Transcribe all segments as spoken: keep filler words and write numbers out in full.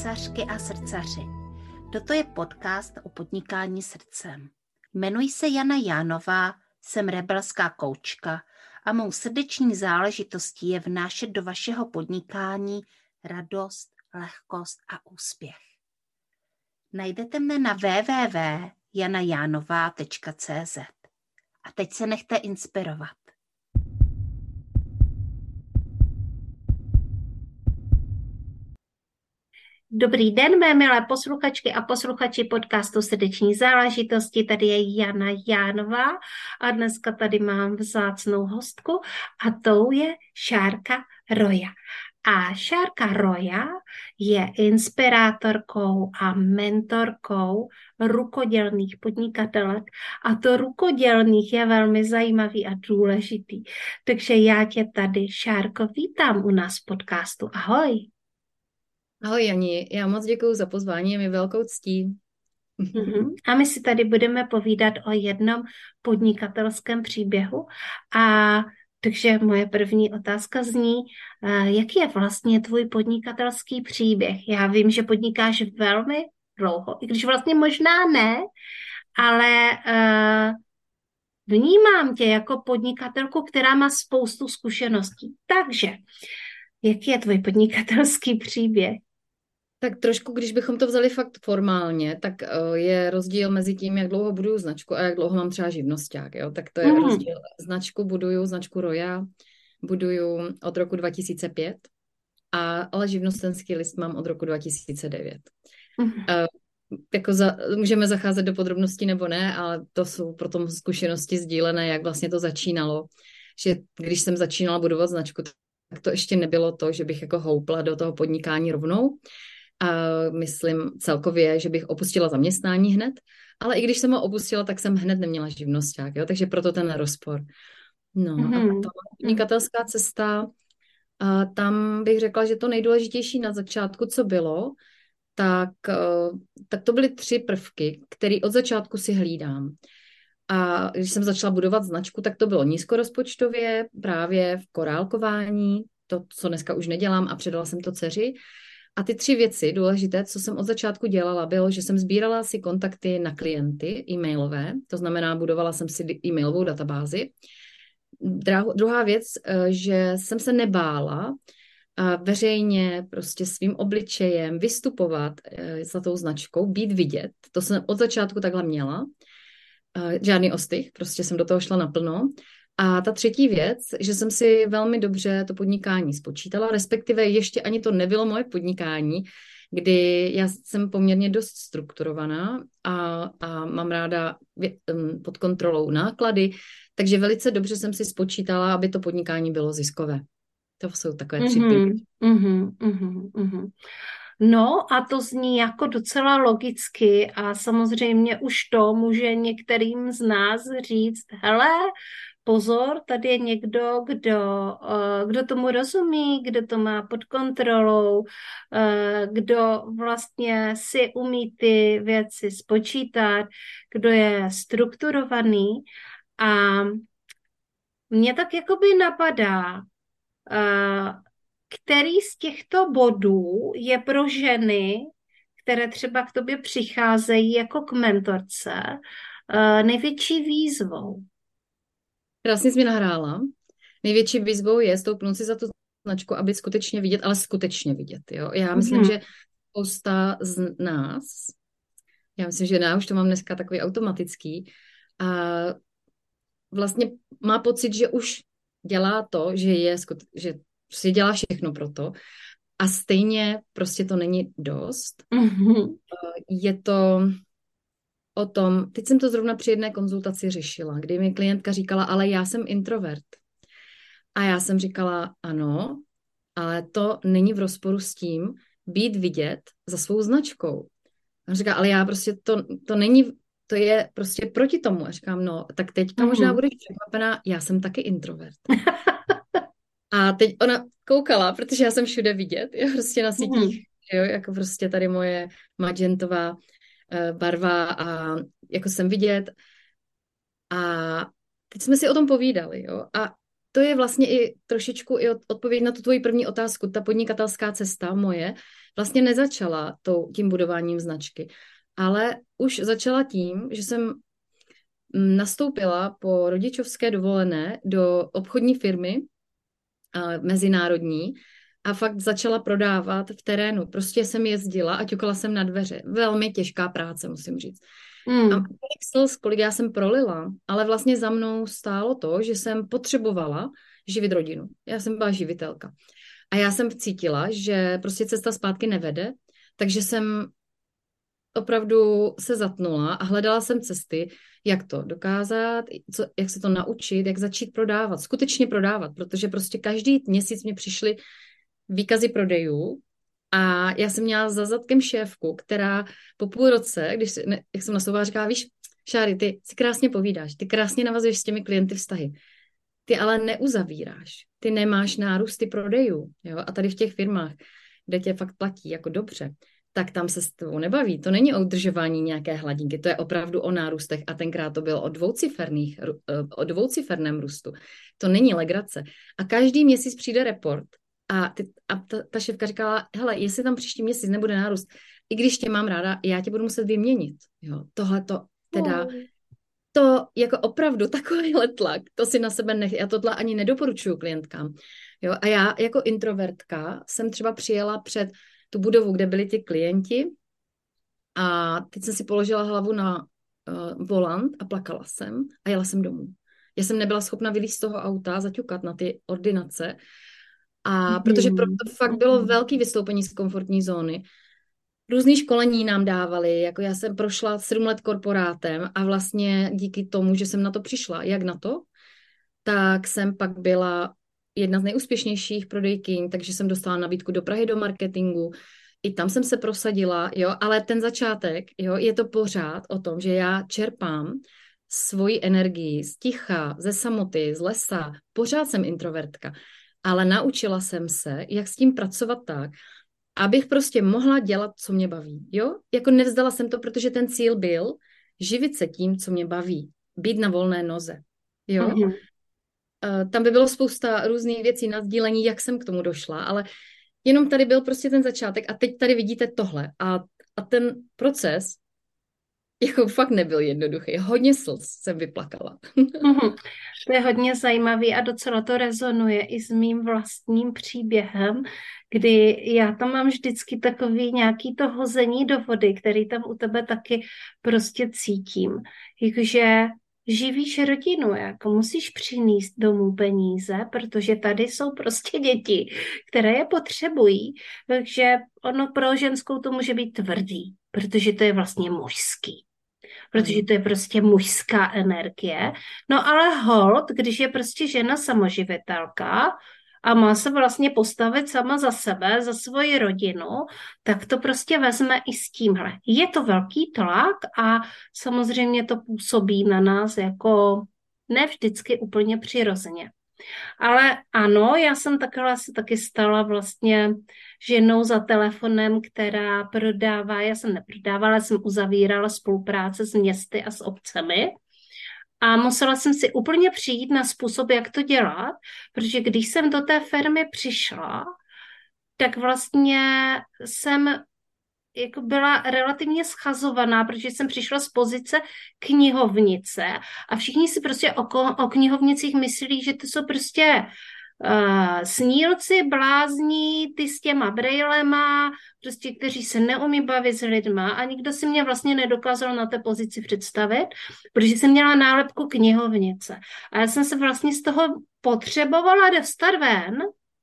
srdcařky a srdcaři. Toto je podcast o podnikání srdcem. Jmenuji se Jana Jánová, jsem rebelská koučka a mou srdeční záležitostí je vnášet do vašeho podnikání radost, lehkost a úspěch. Najdete mne na w w w tečka jana jánová tečka c z. A teď se nechte inspirovat. Dobrý den, mé milé posluchačky a posluchači podcastu Srdeční záležitosti. Tady je Jana Jánová a dneska tady mám vzácnou hostku a tou je Šárka Roja. A Šárka Roja je inspirátorkou a mentorkou rukodělných podnikatelek a to rukodělných je velmi zajímavý a důležitý. Takže já tě tady, Šárko, vítám u nás v podcastu. Ahoj. Ahoj Jani, já moc děkuju za pozvání, je mi velkou ctí. Uhum. A my si tady budeme povídat o jednom podnikatelském příběhu. A takže moje první otázka zní, jaký je vlastně tvůj podnikatelský příběh? Já vím, že podnikáš velmi dlouho, i když vlastně možná ne, ale uh, vnímám tě jako podnikatelku, která má spoustu zkušeností. Takže, jaký je tvůj podnikatelský příběh? Tak trošku, když bychom to vzali fakt formálně, tak uh, je rozdíl mezi tím, jak dlouho buduju značku a jak dlouho mám třeba živnosťák, jo? Tak to je mm. rozdíl. Značku buduju, značku Roja, buduju od roku dva tisíce pět, a, ale živnostenský list mám od roku dva tisíce devět. Mm. Uh, jako za, můžeme zacházet do podrobností nebo ne, ale to jsou potom zkušenosti sdílené, jak vlastně to začínalo, že když jsem začínala budovat značku, tak to ještě nebylo to, že bych jako houpla do toho podnikání rovnou. A myslím celkově, že bych opustila zaměstnání hned, ale i když jsem ho opustila, tak jsem hned neměla živnosťák, jo? Takže proto ten rozpor. No mm-hmm. A ta podnikatelská cesta, a tam bych řekla, že to nejdůležitější na začátku, co bylo, tak, tak to byly tři prvky, které od začátku si hlídám. A když jsem začala budovat značku, tak to bylo nízkorozpočtově, právě v korálkování, to, co dneska už nedělám, a předala jsem to dceři. A ty tři věci důležité, co jsem od začátku dělala, bylo, že jsem sbírala si kontakty na klienty e-mailové, to znamená, budovala jsem si e-mailovou databázi. Druhá věc, že jsem se nebála veřejně prostě svým obličejem vystupovat za tou značkou, být vidět. To jsem od začátku takhle měla. Žádný ostych, prostě jsem do toho šla naplno. A ta třetí věc, že jsem si velmi dobře to podnikání spočítala, respektive ještě ani to nebylo moje podnikání, kdy já jsem poměrně dost strukturovaná a, a mám ráda pod kontrolou náklady, takže velice dobře jsem si spočítala, aby to podnikání bylo ziskové. To jsou takové tři mm-hmm, mm-hmm, mm-hmm, mm-hmm. No a to zní jako docela logicky a samozřejmě už to může některým z nás říct, hele, pozor, tady je někdo, kdo, kdo tomu rozumí, kdo to má pod kontrolou, kdo vlastně si umí ty věci spočítat, kdo je strukturovaný. A mě tak jakoby napadá, který z těchto bodů je pro ženy, které třeba k tobě přicházejí jako k mentorce, největší výzvou? Krásně jsi mi nahrála. Největší výzvou je stoupnout si za tu značku a být skutečně vidět, ale skutečně vidět. Jo? Já myslím, mm-hmm. že spousta z nás, já myslím, že já už to mám dneska takový automatický, a vlastně má pocit, že už dělá to, že je, že si dělá všechno pro to a stejně prostě to není dost. Mm-hmm. Je to o tom, teď jsem to zrovna při jedné konzultaci řešila, kdy mi klientka říkala, ale já jsem introvert. A já jsem říkala, ano, ale to není v rozporu s tím být vidět za svou značkou. A říká, ale já prostě, to, to není, to je prostě proti tomu. A říkám, no, tak teďka mm-hmm. možná budeš překvapená, já jsem taky introvert. A teď ona koukala, protože já jsem všude vidět, jo, prostě na sítích, mm-hmm. jo, jako prostě tady moje magentová uh, barva a jako jsem vidět. A teď jsme si o tom povídali, jo, a to je vlastně i trošičku i odpověď na tu tvoji první otázku. Ta podnikatelská cesta moje vlastně nezačala tou, tím budováním značky, ale už začala tím, že jsem nastoupila po rodičovské dovolené do obchodní firmy mezinárodní a fakt začala prodávat v terénu. Prostě jsem jezdila a ťukala jsem na dveře. Velmi těžká práce, musím říct. Mm. A kolik slz, kolik já jsem prolila, ale vlastně za mnou stálo to, že jsem potřebovala živit rodinu. Já jsem byla živitelka. A já jsem cítila, že prostě cesta zpátky nevede, takže jsem opravdu se zatnula a hledala jsem cesty, jak to dokázat, co, jak se to naučit, jak začít prodávat, skutečně prodávat, protože prostě každý měsíc mě přišly výkazy prodejů a já jsem měla za zadkem šéfku, která po půl roce, když ne, jak jsem naslouchala, říkala, víš, Šáry, ty si krásně povídáš, ty krásně navazuješ s těmi klienty vztahy, ty ale neuzavíráš, ty nemáš nárůsty prodejů, jo, a tady v těch firmách, kde tě fakt platí jako dobře, tak tam se s tebou nebaví. To není o udržování nějaké hladinky, to je opravdu o nárůstech a tenkrát to bylo o dvouciferných, o dvouciferném růstu. To není legrace. A každý měsíc přijde report a, ty, a ta, ta šéfka říkala, hele, jestli tam příští měsíc nebude nárůst, i když tě mám ráda, já tě budu muset vyměnit. Jo, tohle to teda, to jako opravdu takovýhle tlak, to si na sebe nech, já tohle ani nedoporučuju klientkám. Jo, a já jako introvertka jsem třeba přijela před tu budovu, kde byli ti klienti a teď jsem si položila hlavu na uh, volant a plakala jsem a jela jsem domů. Já jsem nebyla schopna vylízt z toho auta, zaťukat na ty ordinace a protože pro to fakt bylo velké vystoupení z komfortní zóny. Různý školení nám dávali, jako já jsem prošla sedm let korporátem a vlastně díky tomu, že jsem na to přišla, jak na to, tak jsem pak byla jedna z nejúspěšnějších prodejkyň, takže jsem dostala nabídku do Prahy do marketingu. I tam jsem se prosadila, jo, ale ten začátek, jo, je to pořád o tom, že já čerpám svoji energii z ticha, ze samoty, z lesa. Pořád jsem introvertka, ale naučila jsem se, jak s tím pracovat tak, abych prostě mohla dělat, co mě baví, jo. Jako nevzdala jsem to, protože ten cíl byl živit se tím, co mě baví. Být na volné noze, jo. Mm-hmm. Tam by bylo spousta různých věcí na sdílení, jak jsem k tomu došla, ale jenom tady byl prostě ten začátek a teď tady vidíte tohle a, a ten proces jako fakt nebyl jednoduchý. Hodně slz jsem vyplakala. Mm-hmm. To je hodně zajímavý a docela to rezonuje i s mým vlastním příběhem, kdy já tam mám vždycky takový nějaký to hození do vody, který tam u tebe taky prostě cítím. Jakože živíš rodinu, jako musíš přinést domů peníze, protože tady jsou prostě děti, které je potřebují, takže ono pro ženskou to může být tvrdý, protože to je vlastně mužský, protože to je prostě mužská energie. No ale hold, když je prostě žena samoživitelka a má se vlastně postavit sama za sebe, za svoji rodinu, tak to prostě vezme i s tímhle. Je to velký tlak a samozřejmě to působí na nás jako ne vždycky úplně přirozeně. Ale ano, já jsem takhle se taky stala vlastně ženou za telefonem, která prodává, já jsem neprodávala, jsem uzavírala spolupráce s městy a s obcemi. A musela jsem si úplně přijít na způsob, jak to dělat, protože když jsem do té firmy přišla, tak vlastně jsem jako byla relativně schazovaná, protože jsem přišla z pozice knihovnice a všichni si prostě o, o knihovnicích myslí, že to jsou prostě uh, snílci, blázní, ty s těma brejlema, prostě kteří se neumí bavit s lidma a nikdo si mě vlastně nedokázal na té pozici představit, protože jsem měla nálepku knihovnice. A já jsem se vlastně z toho potřebovala dostat ven,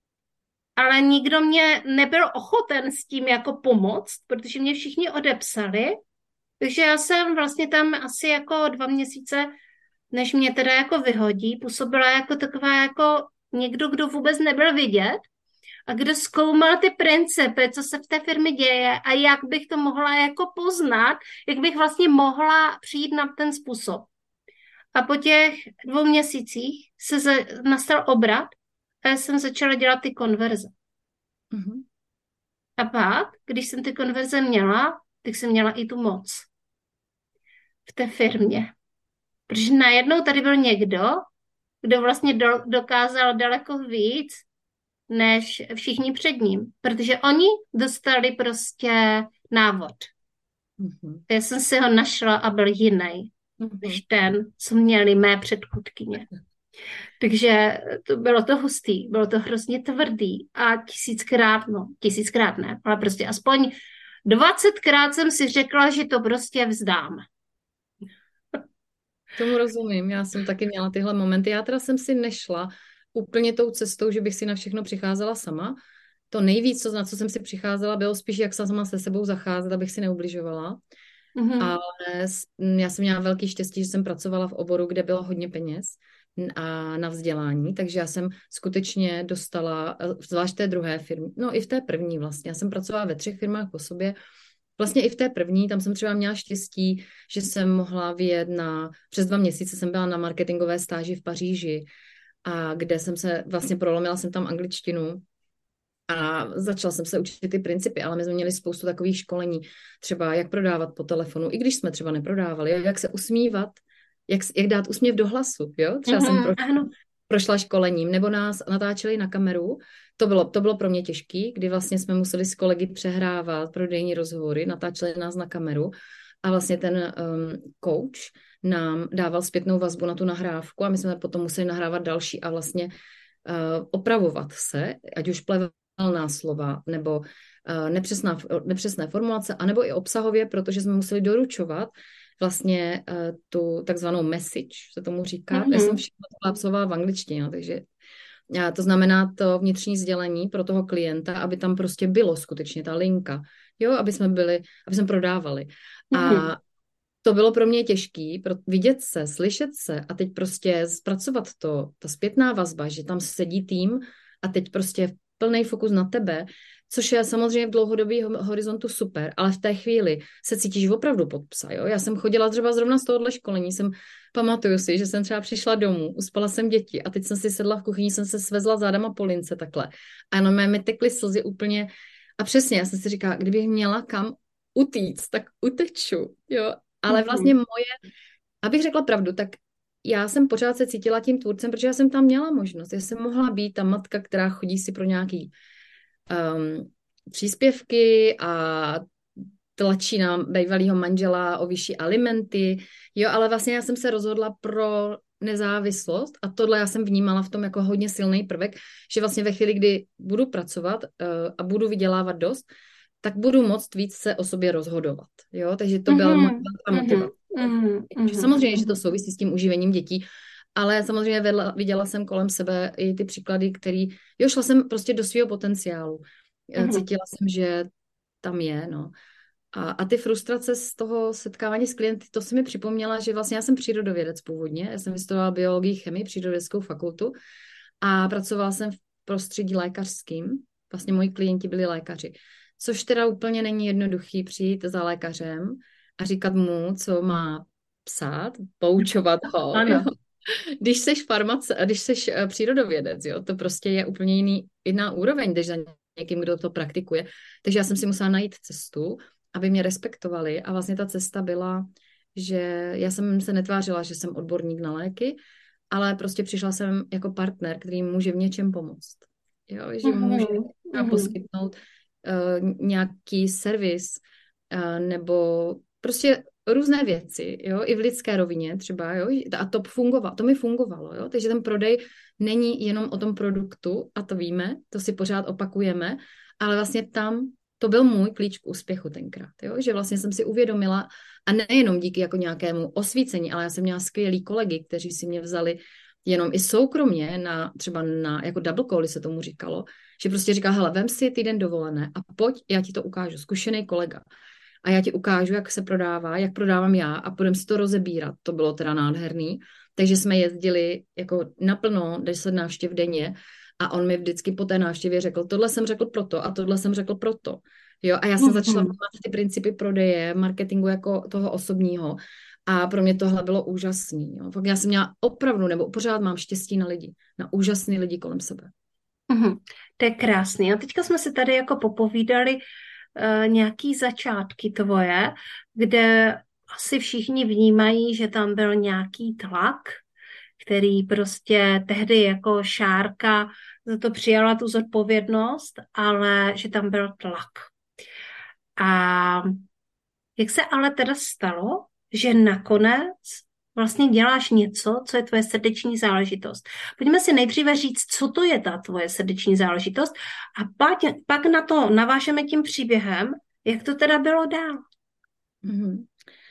ale nikdo mě nebyl ochoten s tím jako pomoct, protože mě všichni odepsali, takže já jsem vlastně tam asi jako dva měsíce, než mě teda jako vyhodí, působila jako taková jako někdo, kdo vůbec nebyl vidět a kdo zkoumal ty principy, co se v té firmě děje a jak bych to mohla jako poznat, jak bych vlastně mohla přijít na ten způsob. A po těch dvou měsících se za, nastal obrat a já jsem začala dělat ty konverze. Mm-hmm. A pak, když jsem ty konverze měla, tak jsem měla i tu moc v té firmě. Protože najednou tady byl někdo, kdo vlastně do, dokázal daleko víc, než všichni před ním, protože oni dostali prostě návod. Mhm. Já jsem si ho našla a byl jiný, Mhm. než ten, co měli mé předchůdkyně. Takže to bylo to hustý, bylo to hrozně tvrdý a tisíckrát, no tisíckrát ne, ale prostě aspoň dvacetkrát jsem si řekla, že to prostě vzdám. Tomu rozumím, já jsem taky měla tyhle momenty. Já teda jsem si nešla úplně tou cestou, že bych si na všechno přicházela sama. To nejvíc, co, na co jsem si přicházela, bylo spíš, jak sama se sebou zacházet, abych si neubližovala. Mm-hmm. Ale s- m, já jsem měla velký štěstí, že jsem pracovala v oboru, kde bylo hodně peněz n- a na vzdělání, takže já jsem skutečně dostala, eh, zvlášť v té druhé firmě, no i v té první vlastně, já jsem pracovala ve třech firmách po sobě. Vlastně i v té první, tam jsem třeba měla štěstí, že jsem mohla vyjet na, přes dva měsíce jsem byla na marketingové stáži v Paříži, a kde jsem se, vlastně prolomila jsem tam angličtinu a začala jsem se učit ty principy, ale my jsme měli spoustu takových školení, třeba jak prodávat po telefonu, i když jsme třeba neprodávali, jo, jak se usmívat, jak, jak dát úsměv do hlasu, jo, třeba jsem Mm-hmm. pro, Ano. prošla školením, nebo nás natáčeli na kameru. To bylo, to bylo pro mě těžké, kdy vlastně jsme museli s kolegy přehrávat prodejní rozhovory, natáčeli nás na kameru a vlastně ten um, coach nám dával zpětnou vazbu na tu nahrávku a my jsme potom museli nahrávat další a vlastně uh, opravovat se, ať už plevelná slova nebo uh, nepřesná, nepřesné formulace, anebo i obsahově, protože jsme museli doručovat vlastně uh, tu takzvanou message, se tomu říká. Mm-hmm. Já jsem všechno tohle absolvovala v angličtině, takže a to znamená to vnitřní sdělení pro toho klienta, aby tam prostě bylo skutečně ta linka, jo, aby jsme byli, aby jsme prodávali. Mm-hmm. A to bylo pro mě těžký, pro, vidět se, slyšet se a teď prostě zpracovat to, ta zpětná vazba, že tam sedí tým a teď prostě plný fokus na tebe, což je samozřejmě v dlouhodobém horizontu super, ale v té chvíli se cítíš opravdu pod psa, jo? Já jsem chodila třeba zrovna z tohohle školení, jsem, pamatuju si, že jsem třeba přišla domů, uspala jsem děti a teď jsem si sedla v kuchyni, jsem se svezla zádama po lince takhle a jenom mi tekly slzy úplně a přesně, já jsem si říkala, kdybych měla kam utíct, tak uteču, jo? Ale vlastně moje, abych řekla pravdu, tak já jsem pořád se cítila tím tvůrcem, protože já jsem tam měla možnost. Já jsem mohla být ta matka, která chodí si pro nějaký um, příspěvky a tlačí na bývalýho manžela o vyšší alimenty. Jo, ale vlastně já jsem se rozhodla pro nezávislost a tohle já jsem vnímala v tom jako hodně silný prvek, že vlastně ve chvíli, kdy budu pracovat uh, a budu vydělávat dost, tak budu moct víc se o sobě rozhodovat. Jo? Takže to byla moje velká motivace. Mm-hmm. Samozřejmě, že to souvisí s tím uživením dětí, ale samozřejmě vedla, viděla jsem kolem sebe i ty příklady, který, jo, šla jsem prostě do svého potenciálu. Mm-hmm. Cítila jsem, že tam je, no. A, a ty frustrace z toho setkávání s klienty, to si mi připomněla, že vlastně já jsem přírodovědec původně, já jsem vystudovala biologii, chemii, přírodovědeckou fakultu a pracovala jsem v prostředí lékařským. Vlastně moji klienti byli lékaři. Což teda úplně není jednoduchý přijít za lékařem a říkat mu, co má psát, poučovat ho. Ano. Když seš farmace, když seš přírodovědec, jo, to prostě je úplně jiný, jiná úroveň, než za někým, kdo to praktikuje. Takže já jsem si musela najít cestu, aby mě respektovali a vlastně ta cesta byla, že já jsem se netvářila, že jsem odborník na léky, ale prostě přišla jsem jako partner, který může v něčem pomoct. Jo, že může mm-hmm. poskytnout Uh, nějaký servis uh, nebo prostě různé věci, jo, i v lidské rovině třeba, jo, a to fungovalo, to mi fungovalo, jo, takže ten prodej není jenom o tom produktu a to víme, to si pořád opakujeme, ale vlastně tam to byl můj klíč k úspěchu tenkrát, jo, že vlastně jsem si uvědomila a nejenom díky jako nějakému osvícení, ale já jsem měla skvělý kolegy, kteří si mě vzali jenom i soukromně na třeba na, jako double call, se tomu říkalo, že prostě říká, hele, vem si týden dovolené a pojď, já ti to ukážu, zkušený kolega. A já ti ukážu, jak se prodává, jak prodávám já a půjdeme si to rozebírat. To bylo teda nádherný. Takže jsme jezdili jako naplno deset návštěv denně a on mi vždycky po té návštěvě řekl, tohle jsem řekl proto a tohle jsem řekl proto. Jo, a já jsem mm-hmm. začala vnímat ty principy prodeje, marketingu jako toho osobního. A pro mě tohle bylo úžasný. Jo. Já jsem měla opravdu, nebo pořád mám štěstí na lidi, na úžasný lidi kolem sebe. Mm-hmm. To je krásný. A teďka jsme si tady jako popovídali uh, nějaký začátky tvoje, kde asi všichni vnímají, že tam byl nějaký tlak, který prostě tehdy jako Šárka za to přijala tu zodpovědnost, ale že tam byl tlak. A jak se ale teda stalo, že nakonec vlastně děláš něco, co je tvoje srdeční záležitost. Pojďme si nejdříve říct, co to je ta tvoje srdeční záležitost a pak, pak na to navážeme tím příběhem, jak to teda bylo dál. Mm-hmm.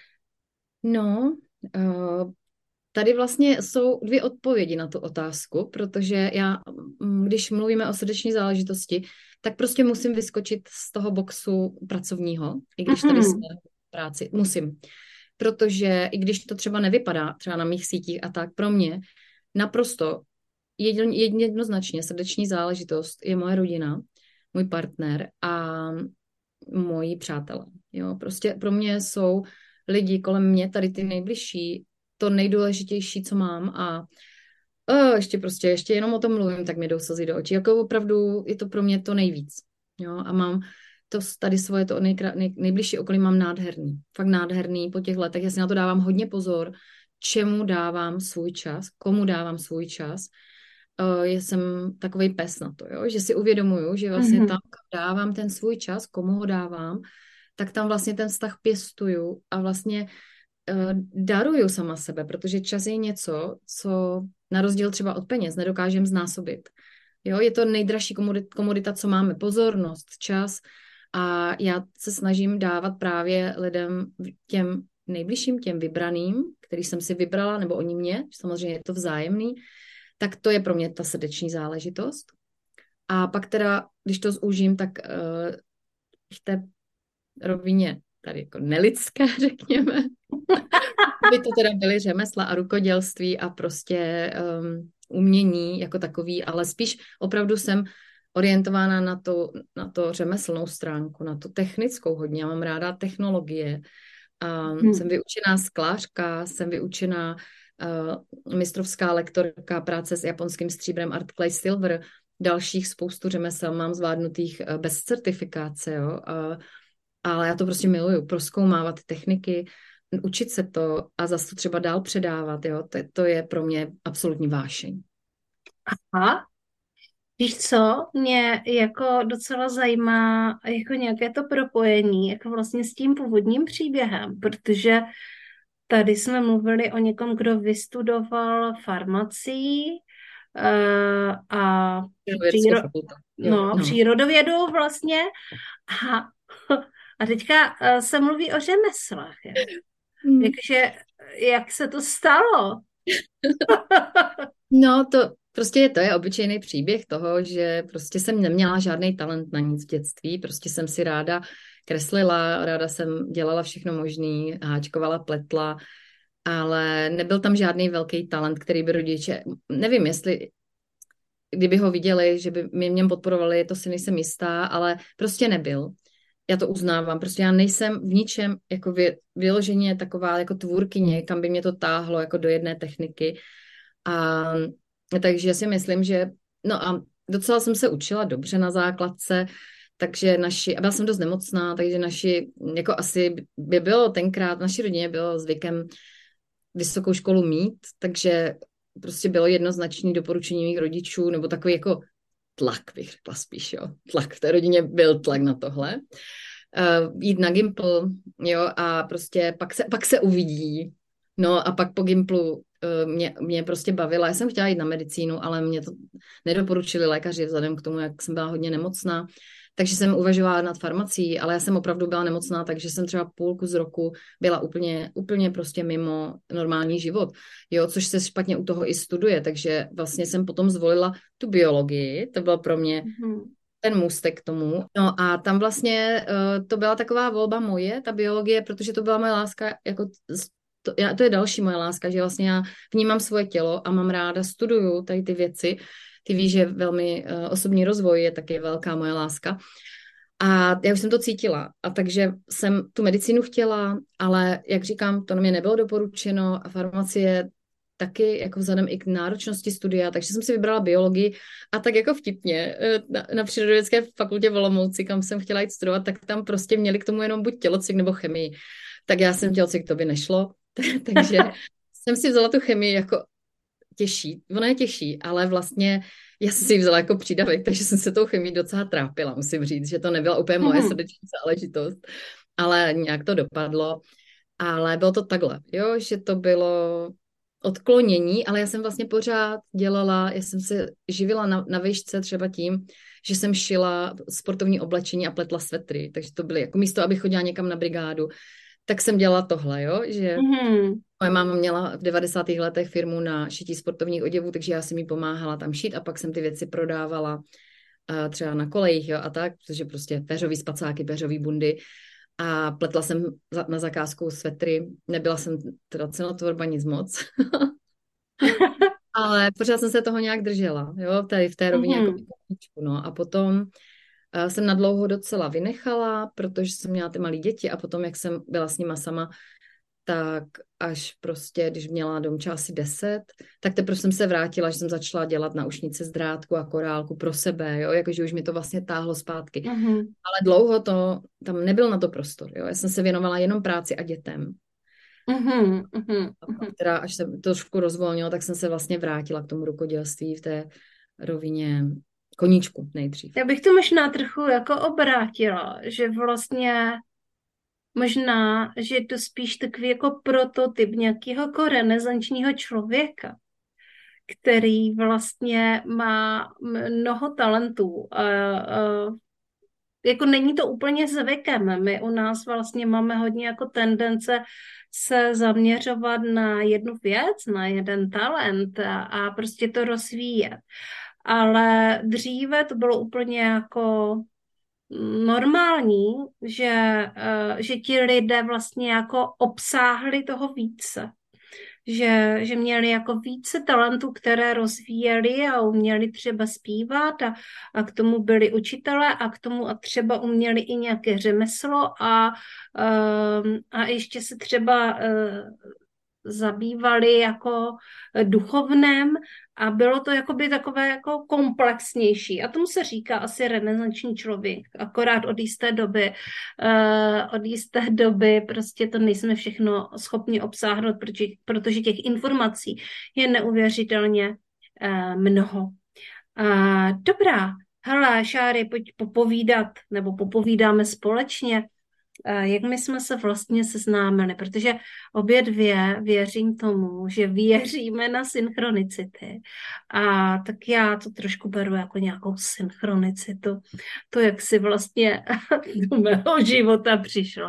No, uh, tady vlastně jsou dvě odpovědi na tu otázku, protože já, když mluvíme o srdeční záležitosti, tak prostě musím vyskočit z toho boxu pracovního, i když tady jsme v práci. Musím. Protože i když to třeba nevypadá, třeba na mých sítích a tak, pro mě naprosto jedno, jednoznačně srdeční záležitost je moje rodina, můj partner a moji přátelé. Jo, prostě pro mě jsou lidi kolem mě, tady ty nejbližší, to nejdůležitější, co mám a o, ještě prostě, ještě jenom o tom mluvím, tak mi jdou slzy do očí. Jako opravdu je to pro mě to nejvíc. Jo, a mám to tady svoje, to nejkra, nej, nejbližší okolí mám nádherný. Fakt nádherný po těch letech. Já si na to dávám hodně pozor, čemu dávám svůj čas, komu dávám svůj čas. Uh, jsem takovej pes na to, jo? Že si uvědomuju, že vlastně mm-hmm. tam dávám ten svůj čas, komu ho dávám, tak tam vlastně ten vztah pěstuju a vlastně uh, daruju sama sebe, protože čas je něco, co na rozdíl třeba od peněz nedokážem znásobit. Jo? Je to nejdražší komodita, co máme, pozornost, čas a já se snažím dávat právě lidem těm nejbližším, těm vybraným, který jsem si vybrala, nebo oni mě, samozřejmě je to vzájemný, tak to je pro mě ta srdeční záležitost. A pak teda, když to zúžím, tak uh, v té rovině tady jako nelidské, řekněme, by to teda byly řemesla a rukodělství a prostě um, umění jako takový, ale spíš opravdu jsem orientována na to, na to řemeslnou stránku, na tu technickou hodně. Já mám ráda technologie. A hmm. Jsem vyučená sklářka, jsem vyučená uh, mistrovská lektorka práce s japonským stříbrem Art Clay Silver, dalších spoustu řemesel mám zvládnutých uh, bez certifikace, jo. Uh, ale já to prostě miluju, prozkoumávat techniky, učit se to a zase to třeba dál předávat, jo. To, to je pro mě absolutní vášeň. Aha. Víš co, mě jako docela zajímá jako nějaké to propojení, jako vlastně s tím původním příběhem, protože tady jsme mluvili o někom, kdo vystudoval farmacii uh, a příro... no, no. přírodovědu vlastně a, a teďka uh, se mluví o řemeslech. Hmm. Takže jak se to stalo? No to prostě to je obyčejný příběh toho, že prostě jsem neměla žádný talent na nic v dětství, prostě jsem si ráda kreslila, ráda jsem dělala všechno možný, háčkovala, pletla, ale nebyl tam žádný velký talent, který by rodiče, nevím, jestli kdyby ho viděli, že by mě v něm podporovali, to si nejsem jistá, ale prostě nebyl. Já to uznávám, prostě já nejsem v ničem jako vy, vyloženě taková jako tvůrkyně, kam by mě to táhlo jako do jedné techniky. A takže si myslím, že no a docela jsem se učila dobře na základce, takže naši, a byla jsem dost nemocná, takže naši, jako asi by bylo tenkrát, naší rodině bylo zvykem vysokou školu mít, takže prostě bylo jednoznačné doporučení mých rodičů, nebo takový jako tlak, bych řekla spíš, jo. Tlak, v té rodině byl tlak na tohle. Uh, jít na Gimpl, jo, a prostě pak se, pak se uvidí. No a pak po Gimplu uh, mě, mě prostě bavila. Já jsem chtěla jít na medicínu, ale mě to nedoporučili lékaři vzhledem k tomu, jak jsem byla hodně nemocná. Takže jsem uvažovala nad farmací, ale já jsem opravdu byla nemocná, takže jsem třeba půlku z roku byla úplně, úplně prostě mimo normální život. Jo, což se špatně u toho i studuje, takže vlastně jsem potom zvolila tu biologii, to bylo pro mě mm. ten můstek k tomu. No a tam vlastně uh, to byla taková volba moje, ta biologie, protože to byla moje láska, jako to, já, to je další moje láska, že vlastně já vnímám svoje tělo a mám ráda, studuju tady ty věci. Ty víš, že velmi uh, osobní rozvoj je taky velká moje láska. A já už jsem to cítila. A takže jsem tu medicínu chtěla, ale jak říkám, to na mě nebylo doporučeno a farmacie taky jako vzhledem i k náročnosti studia, takže jsem si vybrala biologii a tak jako vtipně na, na Přírodovědecké fakultě v Olomouci, kam jsem chtěla jít studovat, tak tam prostě měli k tomu jenom buď tělocvik nebo chemii. Tak já jsem tělocvik, to by nešlo. Takže jsem si vzala tu chemii jako těžší. Ona je těžší, ale vlastně já jsem si ji vzala jako přídavek, takže jsem se tou chemií docela trápila, musím říct, že to nebyla úplně moje Mhm. srdeční záležitost, ale nějak to dopadlo. Ale bylo to takhle, jo, že to bylo odklonění, ale já jsem vlastně pořád dělala, já jsem se živila na, na výšce třeba tím, že jsem šila sportovní oblečení a pletla svetry, takže to byly jako místo, abych chodila někam na brigádu, tak jsem dělala tohle, jo, že Mhm. moje máma měla v devadesátých letech firmu na šití sportovních oděvů, takže já jsem jí pomáhala tam šít a pak jsem ty věci prodávala uh, třeba na kolejích, jo, a tak, protože prostě péřový spacáky, péřový bundy a pletla jsem za, na zakázku svetry, nebyla jsem teda cenotvorba nic moc, ale pořád jsem se toho nějak držela, jo, tady v té rovině jako Mhm. no a potom uh, jsem na dlouho docela vynechala, protože jsem měla ty malé děti a potom, jak jsem byla s nima sama, tak až prostě, když měla domča asi deset, tak teprve jsem se vrátila, že jsem začala dělat naušnice z drátku a korálku pro sebe, jo, jakože už mi to vlastně táhlo zpátky. Mhm. Ale dlouho to, tam nebyl na to prostor, jo, já jsem se věnovala jenom práci a dětem. Mhm. Mhm. A Mhm. pak teda, až se to trošku rozvolnilo, tak jsem se vlastně vrátila k tomu rukodělství v té rovině koníčku nejdřív. Já bych to možná trochu jako obrátila, že vlastně možná, že je to spíš takový jako prototyp nějakého jako renesančního člověka, který vlastně má mnoho talentů. A, a, jako není to úplně zvykem. My u nás vlastně máme hodně jako tendence se zaměřovat na jednu věc, na jeden talent a, a prostě to rozvíjet. Ale dříve to bylo úplně jako normální, že, eh, že ti lidé vlastně jako obsáhli toho více. Že, že měli jako více talentů, které rozvíjeli a uměli třeba zpívat a, a k tomu byli učitelé a k tomu a třeba uměli i nějaké řemeslo a, um, a ještě se třeba uh, zabývali jako duchovnem a bylo to jakoby takové jako komplexnější. A tomu se říká asi renesanční člověk, akorát od jisté doby, uh, od jisté doby prostě to nejsme všechno schopni obsáhnout, protože, protože těch informací je neuvěřitelně uh, mnoho. Uh, dobrá, hele, Šáry, pojď popovídat, nebo popovídáme společně, jak my jsme se vlastně seznámili, protože obě dvě věřím tomu, že věříme na synchronicity. A tak já to trošku beru jako nějakou synchronicitu. To, jak si vlastně do mého života přišlo.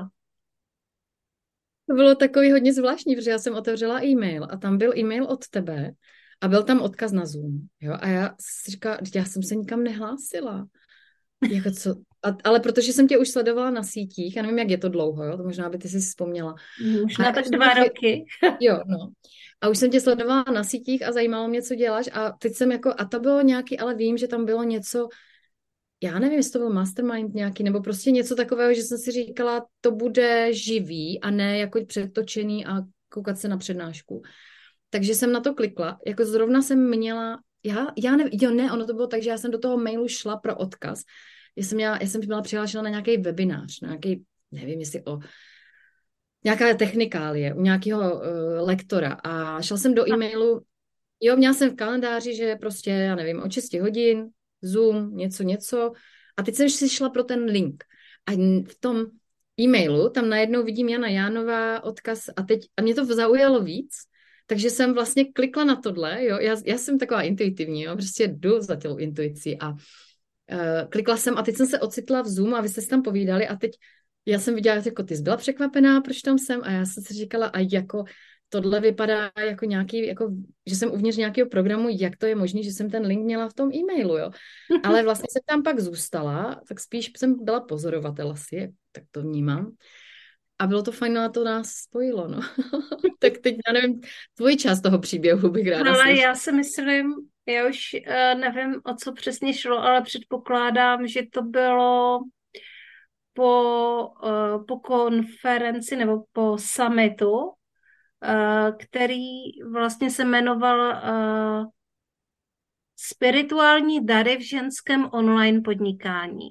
To bylo takový hodně zvláštní, protože já jsem otevřela e-mail a tam byl e-mail od tebe a byl tam odkaz na Zoom. Jo? A já si říkala, já jsem se nikam nehlásila. Jako co? A, ale protože jsem tě už sledovala na sítích, já nevím, jak je to dlouho, jo? To možná by ty si vzpomněla. Možná A tak už dva jsem tě, roky. jo, no. A už jsem tě sledovala na sítích a zajímalo mě, co děláš a teď jsem jako, a to bylo nějaký, ale vím, že tam bylo něco, já nevím, jestli to byl mastermind nějaký, nebo prostě něco takového, že jsem si říkala, to bude živý a ne jako přetočený a koukat se na přednášku. Takže jsem na to klikla, jako zrovna jsem měla, já, já nevím, jo ne, ono to bylo tak, že já jsem do toho mailu šla pro odkaz. Já jsem, měla, já jsem byla přihlášena na nějaký webinář, na nějaký, nevím, jestli o nějaká technikálie u nějakého uh, lektora a šla jsem do e-mailu, jo, měla jsem v kalendáři, že prostě, já nevím, o šest hodin, Zoom, něco, něco a teď jsem si šla pro ten link a v tom e-mailu tam najednou vidím Jana Jánová odkaz a teď, a mě to zaujalo víc, takže jsem vlastně klikla na tohle, jo, já, já jsem taková intuitivní, jo, prostě jdu za tělou intuicí a uh, klikla jsem a teď jsem se ocitla v Zoom a vy jste si tam povídali a teď já jsem viděla, jako ty jsi byla překvapená, proč tam jsem a já jsem si říkala, a jako tohle vypadá jako nějaký, jako, že jsem uvnitř nějakého programu, jak to je možné, že jsem ten link měla v tom e-mailu, jo. Ale vlastně jsem tam pak zůstala, tak spíš jsem byla pozorovatel asi, tak to vnímám. A bylo to fajn, a to nás spojilo, no. Tak teď, já nevím, tvůj část toho příběhu bych ráda Ale slyšela. já si myslím, já už uh, nevím, o co přesně šlo, ale předpokládám, že to bylo po, uh, po konferenci nebo po summitu, uh, který vlastně se jmenoval uh, Spirituální dary v ženském online podnikání.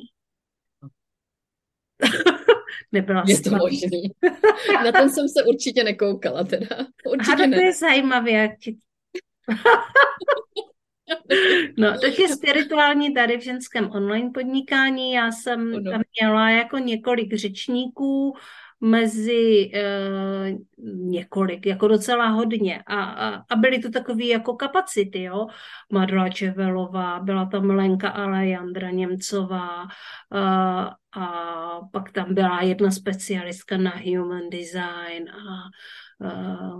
Nebyla Je to snad. možný. Na ten jsem se určitě nekoukala teda. Určitě Aha, ne. to je zajímavé, jak ti No, tak je spirituální tady v ženském online podnikání. Já jsem Ono. tam měla jako několik řečníků, mezi eh, několik, jako docela hodně. A, a, a byly to takové jako kapacity, jo. Madla Čevelová, byla tam Lenka Alejandra Němcová, a, a pak tam byla jedna specialistka na human design a, a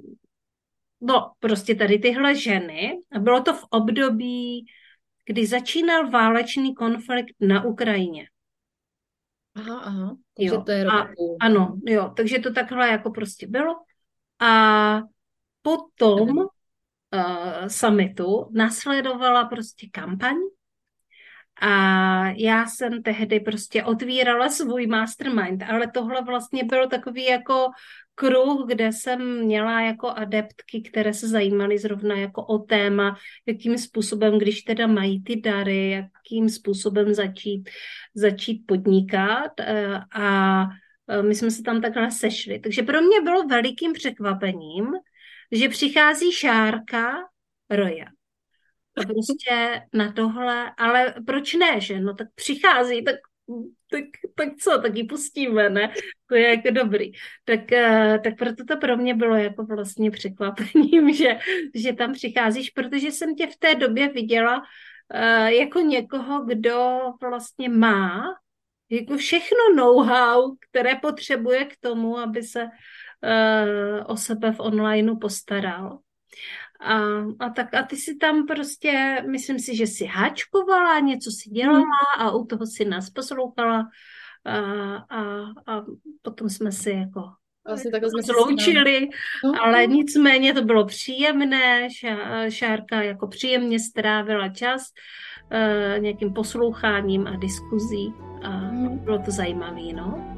no, prostě tady tyhle ženy. A bylo to v období, kdy začínal válečný konflikt na Ukrajině. Aha, aha, takže Jo, to je rok a a půl. ano, jo, takže to takhle jako prostě bylo. A potom Mhm. uh, summitu nasledovala prostě kampaň a já jsem tehdy prostě otvírala svůj mastermind, ale tohle vlastně byl takový jako kruh, kde jsem měla jako adeptky, které se zajímaly zrovna jako o téma, jakým způsobem, když teda mají ty dary, jakým způsobem začít, začít podnikat eh, a eh, my jsme se tam takhle sešli. Takže pro mě bylo velikým překvapením, že přichází Šárka Roja. A prostě na tohle, ale proč ne, že? No tak přichází, tak, tak, tak co, tak ji pustíme, ne? To je jako dobrý. Tak, eh, tak proto to pro mě bylo jako vlastně překvapením, že, že tam přicházíš, protože jsem tě v té době viděla eh, jako někoho, kdo vlastně má jako všechno know-how, které potřebuje k tomu, aby se eh, o sebe v onlineu postaral. A, a tak a ty si tam prostě, myslím si, že si háčkovala, něco si dělala a u toho si nás poslouchala a, a, a potom jsme si jako Vlastně takhle jsme se zloučili, no, ale nicméně to bylo příjemné, Ša, Šárka jako příjemně strávila čas uh, nějakým posloucháním a diskuzí a bylo to zajímavé, no.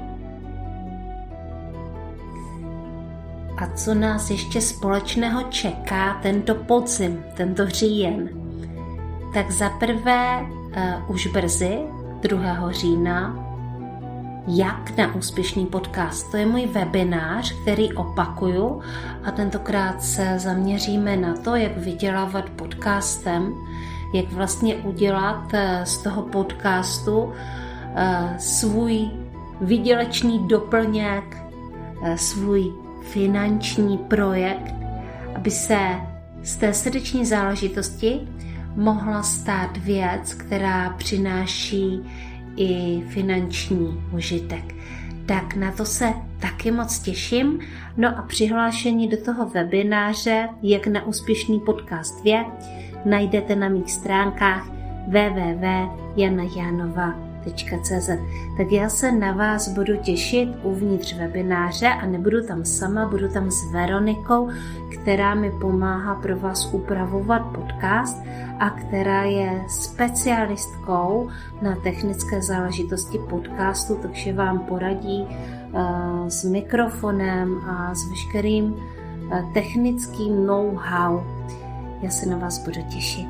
A co nás ještě společného čeká tento podzim, tento říjen? Tak zaprvé uh, už brzy, druhého října, jak na úspěšný podcast. To je můj webinář, který opakuju a tentokrát se zaměříme na to, jak vydělávat podcastem, jak vlastně udělat uh, z toho podcastu uh, svůj výdělečný doplněk, uh, svůj finanční projekt, aby se z té srdeční záležitosti mohla stát věc, která přináší i finanční užitek. Tak na to se taky moc těším. No a přihlášení do toho webináře, jak na úspěšný podcast je, najdete na mých stránkách w w w tečka jana janova tečka c z. Tak já se na vás budu těšit uvnitř webináře a nebudu tam sama, budu tam s Veronikou, která mi pomáhá pro vás upravovat podcast a která je specialistkou na technické záležitosti podcastu, takže vám poradí uh, s mikrofonem a s veškerým uh, technickým know-how. Já se na vás budu těšit.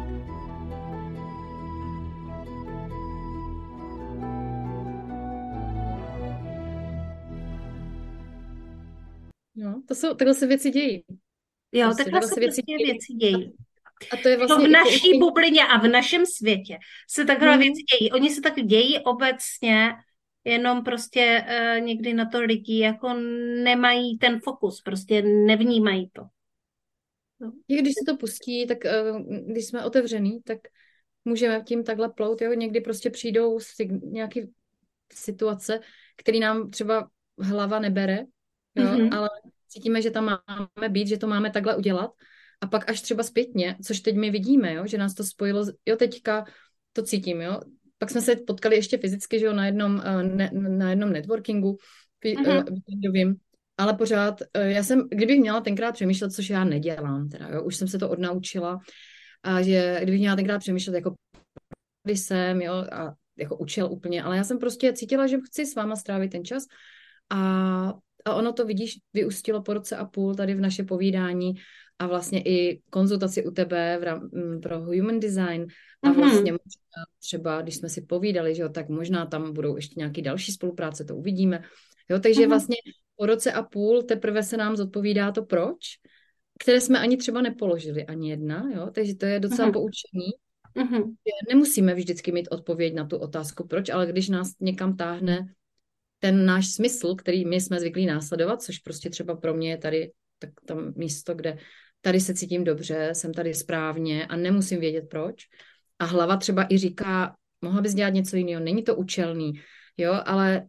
No, to jsou, takhle se věci dějí. Jo, prostě, takhle se věci, dějí. věci dějí. A to je vlastně to v naší jako... bublině a v našem světě se takhle hmm. věci dějí. Oni se tak dějí obecně, jenom prostě uh, někdy na to lidi jako nemají ten fokus, prostě nevnímají to. No. I když se to pustí, tak uh, když jsme otevřený, tak můžeme tím takhle plout. Jo? Někdy prostě přijdou nějaké situace, které nám třeba hlava nebere, jo? Mm-hmm. Ale cítíme, že tam máme být, že to máme takhle udělat. A pak až třeba zpětně, což teď my vidíme, jo? Že nás to spojilo, jo, teďka to cítím, jo. Pak jsme se potkali ještě fyzicky, že jo, na jednom, ne, na jednom networkingu víkendovým, uh-huh. Ale pořád, uh, já jsem, kdybych měla tenkrát přemýšlet, což já nedělám, teda, jo, už jsem se to odnaučila, a že kdybych měla tenkrát přemýšlet, jako když jsem, jo, a jako učil úplně, ale já jsem prostě cítila, že chci s váma strávit ten čas a, a ono to, vidíš, vyústilo po roce a půl tady v naše povídání a vlastně i konzultaci u tebe v rám, pro human design a vlastně mm-hmm. třeba, když jsme si povídali, že jo, tak možná tam budou ještě nějaké další spolupráce, to uvidíme. Jo, takže mm-hmm. vlastně po roce a půl teprve se nám zodpovídá to proč které jsme ani třeba nepoložili, ani jedna, jo? Takže to je docela Mhm. poučení. Mhm. Nemusíme vždycky mít odpověď na tu otázku, proč, ale když nás někam táhne ten náš smysl, který my jsme zvyklí následovat, což prostě třeba pro mě je tady tak tam místo, kde tady se cítím dobře, jsem tady správně a nemusím vědět proč. A hlava třeba i říká, mohla bys dělat něco jiného, není to účelný, jo, ale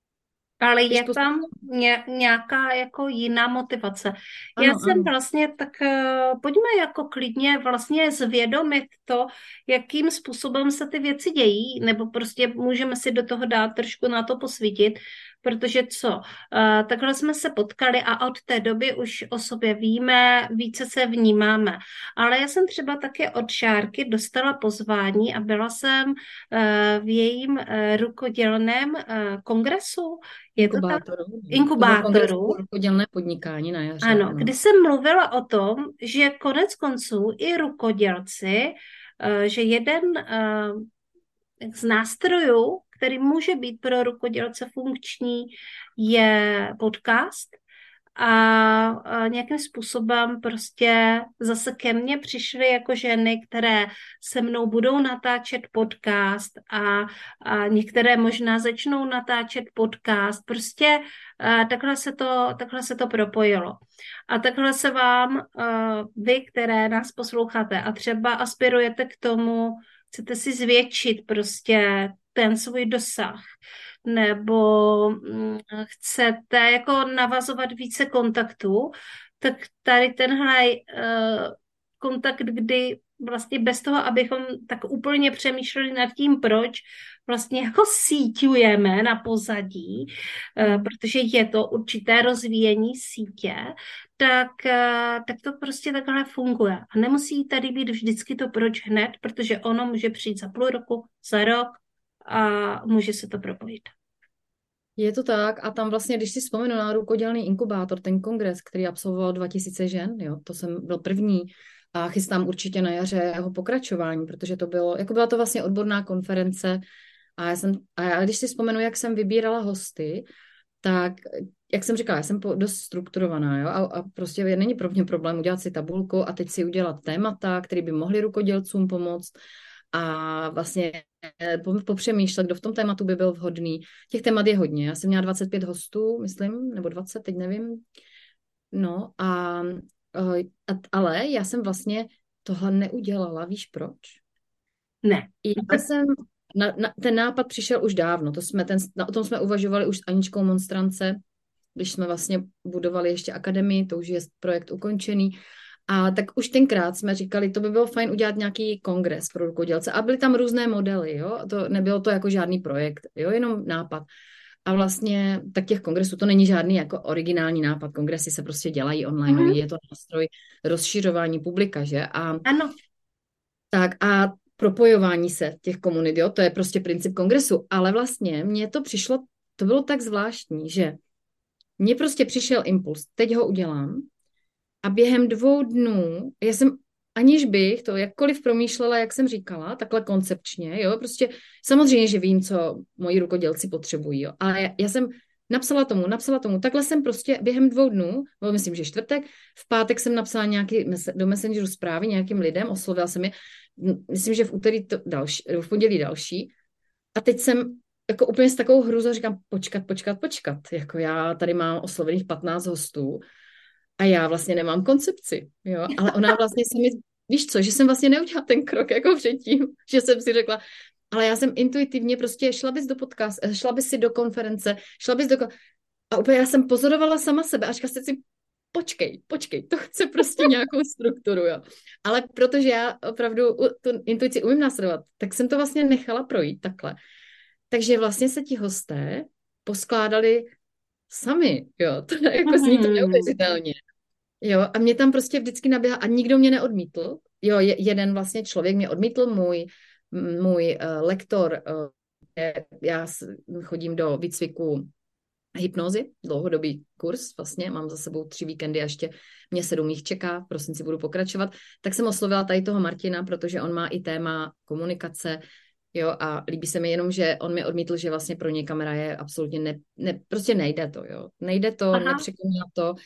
Ale když je poslouchám, tam ně, nějaká jako jiná motivace. Já ano, jsem ano, vlastně tak, uh, pojďme jako klidně vlastně zvědomit to, jakým způsobem se ty věci dějí, nebo prostě můžeme si do toho dát trošku na to posvítit, protože co, uh, takhle jsme se potkali a od té doby už o sobě víme, více se vnímáme. Ale já jsem třeba také od Šárky dostala pozvání a byla jsem uh, v jejím uh, rukodělném uh, kongresu. Je to tak? inkubátoru, to byl kongres Inkubátoru. pro rukodělné podnikání na jaře, Ano, ano. kdy jsem mluvila o tom, že konec konců i rukodělci, eh, že jeden eh, z nástrojů, který může být pro rukodělce funkční, je podcast. A, a nějakým způsobem prostě zase ke mně přišly jako ženy, které se mnou budou natáčet podcast a, a některé možná začnou natáčet podcast. Prostě a, takhle se to, takhle se to propojilo. A takhle se vám, a, vy, které nás posloucháte a třeba aspirujete k tomu, chcete si zvětšit prostě ten svůj dosah, nebo mm, chcete jako navazovat více kontaktů, tak tady tenhle uh, kontakt, kdy vlastně bez toho, abychom tak úplně přemýšleli nad tím, proč vlastně jako síťujeme na pozadí, uh, protože je to určité rozvíjení sítě, tak, uh, tak to prostě takhle funguje. A nemusí tady být vždycky to proč hned, protože ono může přijít za půl roku, za rok a může se to propojit. Je to tak a tam vlastně, když si vzpomenu na rukodělný inkubátor, ten kongres, který absolvoval dva tisíce žen, jo, to jsem byl první a chystám určitě na jaře jeho pokračování, protože to bylo, jako byla to vlastně odborná konference a já jsem, a já, když si vzpomenu, jak jsem vybírala hosty, tak, jak jsem říkala, já jsem po, dost strukturovaná, jo, a, a prostě není pro mě problém udělat si tabulku a teď si udělat témata, které by mohly rukodělcům pomoct a vlastně popřemýšlet, kdo v tom tématu by byl vhodný. Těch témat je hodně. Já jsem měla dvacet pět hostů, myslím, nebo dvacet, teď nevím. No a, a ale já jsem vlastně tohle neudělala. Víš proč? Ne. Já jsem, na, na, ten nápad přišel už dávno. To jsme ten, na, o tom jsme uvažovali už s Aničkou Monstrance, když jsme vlastně budovali ještě akademii, to už je projekt ukončený. A tak už tenkrát jsme říkali, to by bylo fajn udělat nějaký kongres pro rukodělce. A byly tam různé modely, jo. To nebylo to jako žádný projekt, jo, jenom nápad. A vlastně tak těch kongresů to není žádný jako originální nápad. Kongresy se prostě dělají online, Mhm. je to nástroj rozšiřování publika, že? A Ano. tak a propojování se těch komunit, jo, to je prostě princip kongresu. Ale vlastně mně to přišlo, to bylo tak zvláštní, že mně prostě přišel impuls, teď ho udělám. A během dvou dnů, já jsem, aniž bych to jakkoliv promýšlela, jak jsem říkala, takhle koncepčně, jo, prostě samozřejmě, že vím, co moji rukodělci potřebují, jo, ale já, já jsem napsala tomu, napsala tomu, takhle jsem prostě během dvou dnů, bo myslím, že čtvrtek, v pátek jsem napsala nějaký do Messengeru zprávy nějakým lidem, oslovila jsem je, myslím, že v úterý to další, v pondělí další, a teď jsem jako úplně s takovou hrůzou říkám, počkat, počkat, počkat, jako já tady mám oslovených patnáct hostů, a já vlastně nemám koncepci, jo, ale ona vlastně se mi, víš co, že jsem vlastně neudělala ten krok jako předtím, že jsem si řekla, ale já jsem intuitivně prostě šla bys do podcast, šla bys si do konference, šla bys do, a úplně já jsem pozorovala sama sebe a říkala si, počkej, počkej, to chce prostě nějakou strukturu, jo. Ale protože já opravdu tu intuici umím následovat, tak jsem to vlastně nechala projít takhle. Takže vlastně se ti hosté poskládali sami, jo, to jako zní to Mhm. neuvěřitelně. Jo, a mě tam prostě vždycky naběhla a nikdo mě neodmítl. Jo, je, jeden vlastně člověk mě odmítl, můj, můj uh, lektor, uh, je, já chodím do výcviku hypnózy, dlouhodobý kurz, vlastně mám za sebou tři víkendy a ještě mě sedm jich čeká, v prosinci budu pokračovat, tak jsem oslovila tady toho Martina, protože on má i téma komunikace, jo, a líbí se mi jenom, že on mi odmítl, že vlastně pro něj kamera je absolutně ne, ne prostě nejde to, jo, nejde to, Aha. nepřekoná to.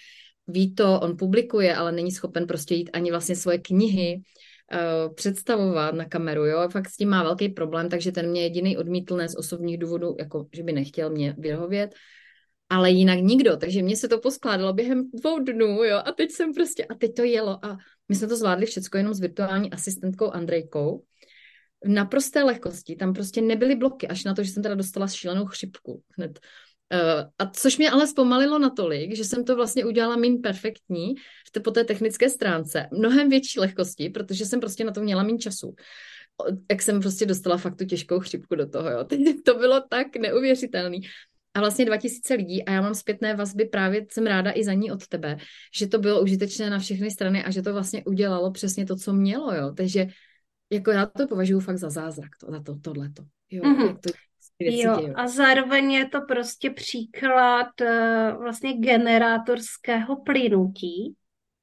ví to, on publikuje, ale není schopen prostě jít ani vlastně svoje knihy uh, představovat na kameru, jo, fakt s tím má velký problém, takže ten mě jediný odmítl, ne z osobních důvodů, jako že by nechtěl mě vyhovět, ale jinak nikdo, takže mně se to poskládalo během dvou dnů, jo, a teď jsem prostě, a teď to jelo a my jsme to zvládli všecko jenom s virtuální asistentkou Andrejkou, v naprosté lehkosti, tam prostě nebyly bloky, až na to, že jsem teda dostala šílenou chřipku hned. Uh, a což mě ale zpomalilo natolik, že jsem to vlastně udělala míň perfektní v té, po té technické stránce, mnohem větší lehkosti, protože jsem prostě na to měla míň času. Jak jsem prostě dostala fakt tu těžkou chřipku do toho, jo. Teď to bylo tak neuvěřitelný. A vlastně dva tisíce lidí a já mám zpětné vazby, právě jsem ráda i za ní od tebe, že to bylo užitečné na všechny strany a že to vlastně udělalo přesně to, co mělo, jo. Takže jako já to považuji fakt za zázrak, to, za to, tohleto. Jo, Mm-hmm. jak to věci Jo, dějou. a zároveň je to prostě příklad uh, vlastně generátorského plynutí,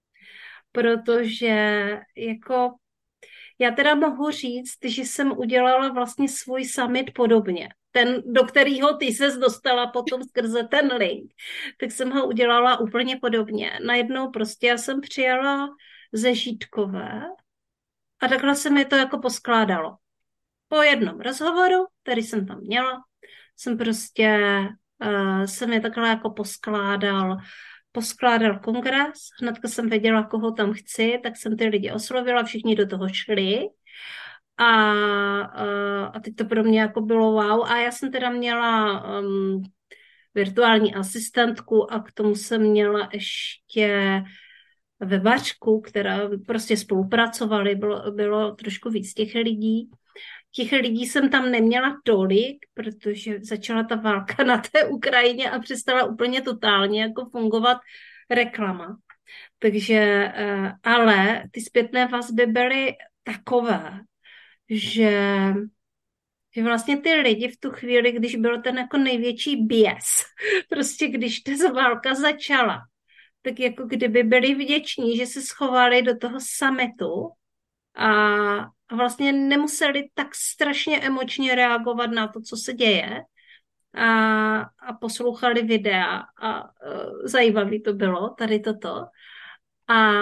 protože jako já teda mohu říct, že jsem udělala vlastně svůj summit podobně. Ten, do kterého ty ses dostala potom skrze ten link, tak jsem ho udělala úplně podobně. Najednou prostě já jsem přijala ze Žítkové a takhle se mi to jako poskládalo. Po jednom rozhovoru, který jsem tam měla, jsem prostě, uh, se mi takhle jako poskládal, poskládal kongres, hnedka jsem věděla, koho tam chci, tak jsem ty lidi oslovila, všichni do toho šli a, uh, a teď to pro mě jako bylo wow a já jsem teda měla um, virtuální asistentku a k tomu jsem měla ještě webařku, která prostě spolupracovali, bylo, bylo trošku víc těch lidí. Těch lidí jsem tam neměla tolik, protože začala ta válka na té Ukrajině a přestala úplně totálně jako fungovat reklama. Takže, ale ty zpětné vazby byly takové, že, že vlastně ty lidi v tu chvíli, když byl ten jako největší běs, prostě když ta válka začala, tak jako kdyby byli vděční, že se schovali do toho summitu a a vlastně nemuseli tak strašně emočně reagovat na to, co se děje a, a poslouchali videa a uh, zajímavý to bylo, tady toto. A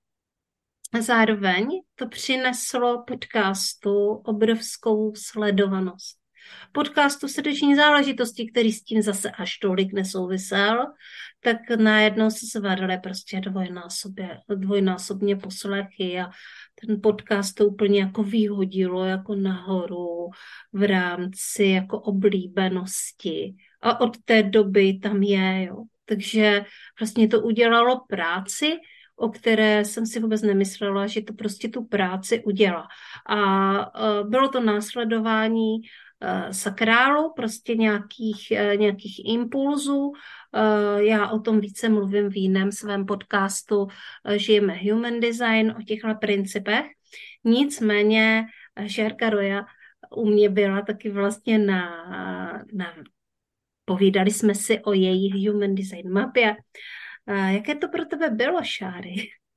zároveň to přineslo podcastu obrovskou sledovanost. Podcastu srdeční záležitosti, který s tím zase až tolik nesouvisel, tak najednou se zvedaly prostě dvojnásobně, dvojnásobně poslechy a ten podcast to úplně jako vyhodilo jako nahoru v rámci jako oblíbenosti. A od té doby tam je, jo. Takže vlastně to udělalo práci, o které jsem si vůbec nemyslela, že to prostě tu práci udělá. A bylo to následování sakrálu, prostě nějakých, nějakých impulzů. Já o tom více mluvím v jiném svém podcastu Žijeme Human Design, o těchto principech. Nicméně Šárka Roja u mě byla taky vlastně na, na povídali jsme si o její Human Design mapě. Jaké to pro tebe bylo, Šáry?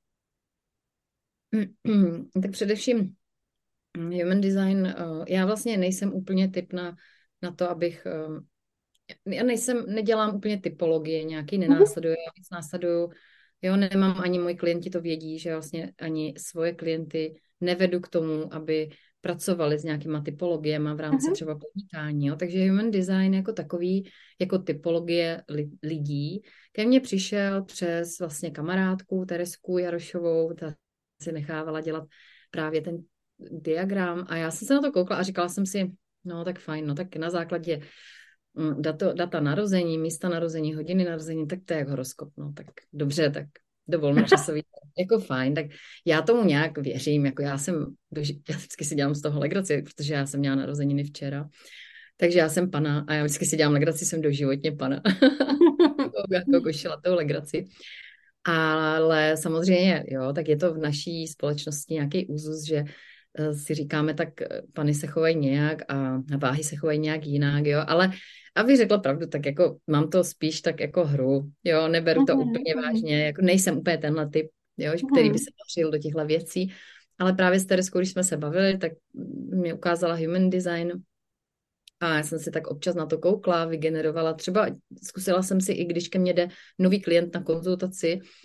Tak především Human Design, já vlastně nejsem úplně typ na, na to, abych, já nejsem, nedělám úplně typologie, nějaký nenásleduju, já víc následuju, jo, nemám ani moji klienti to vědí, že vlastně ani svoje klienty nevedu k tomu, aby pracovali s nějakýma typologiemi v rámci třeba podnikání, jo, takže Human Design jako takový, jako typologie li, lidí, ke mně přišel přes vlastně kamarádku Teresku Jarošovou, ta si nechávala dělat právě ten diagram a já jsem se na to koukla a říkala jsem si, no tak fajn, no tak na základě dato, data narození, místa narození, hodiny narození, tak to je jak horoskop, no tak dobře, tak do volnočasový, jako fajn, tak já tomu nějak věřím, jako já jsem, já vždycky si dělám z toho legraci, protože já jsem měla narozeniny včera, takže já jsem pana a já vždycky si dělám legraci, jsem doživotně pana, jako košilatou legraci. Ale samozřejmě, jo, tak je to v naší společnosti nějaký úzus, že si říkáme, tak pany se chovají nějak a váhy se chovají nějak jinak, jo, ale aby řekla pravdu, tak jako mám to spíš tak jako hru, jo, neberu to mm-hmm. úplně vážně, jako nejsem úplně tenhle typ, jo, mm-hmm. který by se patřil do těchto věcí, ale právě s Tereskou, když jsme se bavili, tak mě ukázala Human Design a já jsem si tak občas na to koukla, vygenerovala, třeba zkusila jsem si, i když ke mně jde nový klient na konzultaci,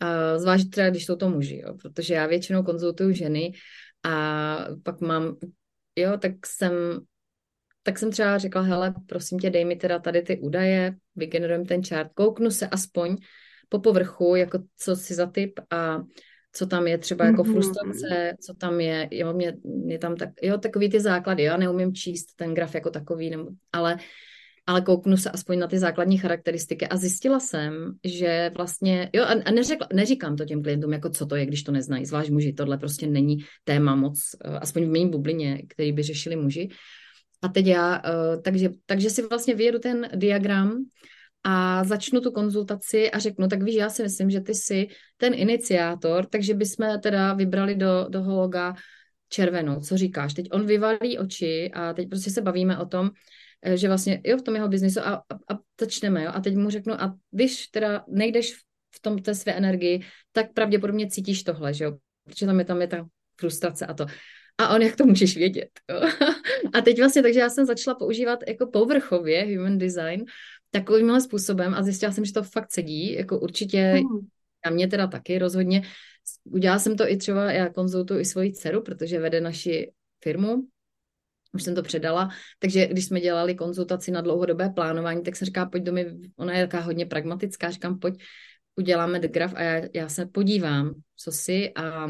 A zvlášť třeba, když jsou to muži, jo, protože já většinou konzultuju ženy a pak mám, jo, tak jsem, tak jsem třeba řekla, hele, prosím tě, dej mi teda tady ty údaje, vygenerujeme ten chart, kouknu se aspoň po povrchu, jako co si za typ a co tam je třeba jako Mhm. frustrace, co tam je, jo, mě, mě tam tak, jo, takový ty základy, já neumím číst ten graf jako takový, nebo, ale ale kouknu se aspoň na ty základní charakteristiky a zjistila jsem, že vlastně, jo, a, a neřekla, neříkám to těm klientům, jako co to je, když to neznají, zvlášť muži, tohle prostě není téma moc, eh, aspoň v mé bublině, který by řešili muži. A teď já, eh, takže, takže si vlastně vyjedu ten diagram a začnu tu konzultaci a řeknu, tak víš, já si myslím, že ty jsi ten iniciátor, takže bychom teda vybrali do, do hologa červenou, co říkáš? Teď on vyvalí oči a teď prostě se bavíme o tom, že vlastně jo, v tom jeho biznisu a, a, a začneme, jo, a teď mu řeknu, a když teda nejdeš v tom té své energii, tak pravděpodobně cítíš tohle, že jo, protože tam je, tam je ta frustrace a to. A on, jak to můžeš vědět, jo? A teď vlastně, takže já jsem začala používat jako povrchově human design takovýmhle způsobem a zjistila jsem, že to fakt sedí, jako určitě Mhm. a mě teda taky rozhodně. Udělala jsem to i třeba, já konzultuju i svoji dceru, protože vede naši firmu, už jsem to předala, takže když jsme dělali konzultaci na dlouhodobé plánování, tak jsem říká, pojď do mě, ona je taková hodně pragmatická, říkám, pojď, uděláme the graph a já, já se podívám, co si a,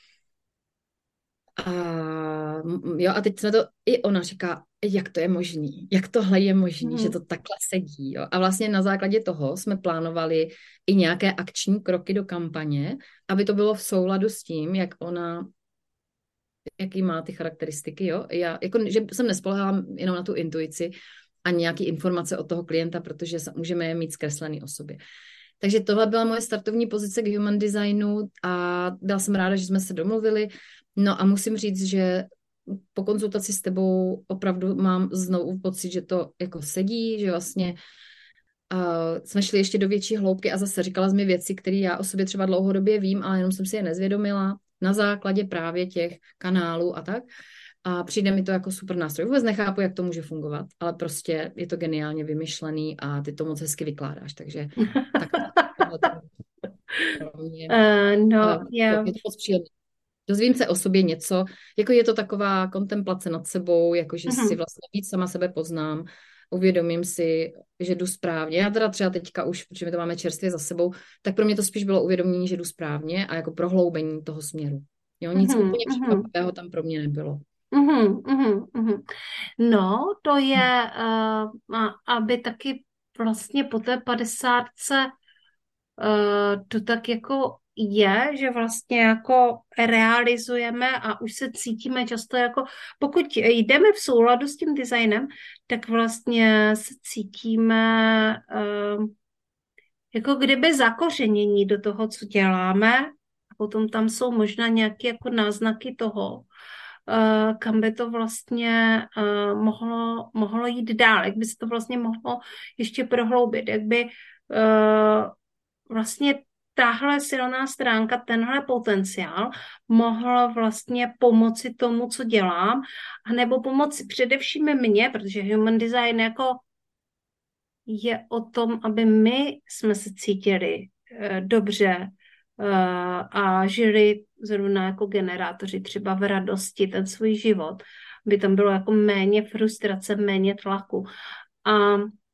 a jo, a teď jsme to, i ona říká, jak to je možný, jak tohle je možný, že Mhm. to takhle sedí, jo. A vlastně na základě toho jsme plánovali i nějaké akční kroky do kampaně, aby to bylo v souladu s tím, jak ona jaký má ty charakteristiky, jo. Já, jako, že jsem nespoléhala jenom na tu intuici a nějaký informace od toho klienta, protože můžeme je mít zkreslený o sobě. Takže tohle byla moje startovní pozice k human designu a byla jsem ráda, že jsme se domluvili. No a musím říct, že po konzultaci s tebou opravdu mám znovu pocit, že to jako sedí, že vlastně uh, jsme šli ještě do větší hloubky a zase říkala jsi mi věci, které já o sobě třeba dlouhodobě vím, ale jenom jsem si je nezvědomila na základě právě těch kanálů a tak. A přijde mi to jako super nástroj. Vůbec nechápu, jak to může fungovat, ale prostě je to geniálně vymyšlený a ty to moc hezky vykládáš, takže tak tohle to pro mě Uh, no, uh, já. je to moc příjemné. Dozvím se o sobě něco, jako je to taková kontemplace nad sebou, jako že si Mhm. vlastně víc sama sebe poznám, uvědomím si, že jdu správně. Já teda třeba teďka už, protože my to máme čerstvě za sebou, tak pro mě to spíš bylo uvědomění, že jdu správně a jako prohloubení toho směru. Jo, nic Mhm. úplně Mhm. překvapivého tam pro mě nebylo. Mhm. Mhm. Mhm. No, to je, uh, a, aby taky vlastně po té padesátce uh, to tak jako je, že vlastně jako realizujeme a už se cítíme často jako, pokud jdeme v souladu s tím designem, tak vlastně se cítíme uh, jako kdyby zakořenění do toho, co děláme. A potom tam jsou možná nějaké jako náznaky toho, eh, kam by to vlastně eh, mohlo, mohlo jít dál, jak by se to vlastně mohlo ještě prohloubit, jak by eh, vlastně tahle silná stránka, tenhle potenciál mohl vlastně pomoci tomu, co dělám, anebo pomoci především mně, protože human design jako je o tom, aby my jsme se cítili eh, dobře eh, a žili zrovna jako generátoři třeba v radosti ten svůj život, aby tam bylo jako méně frustrace, méně tlaku. A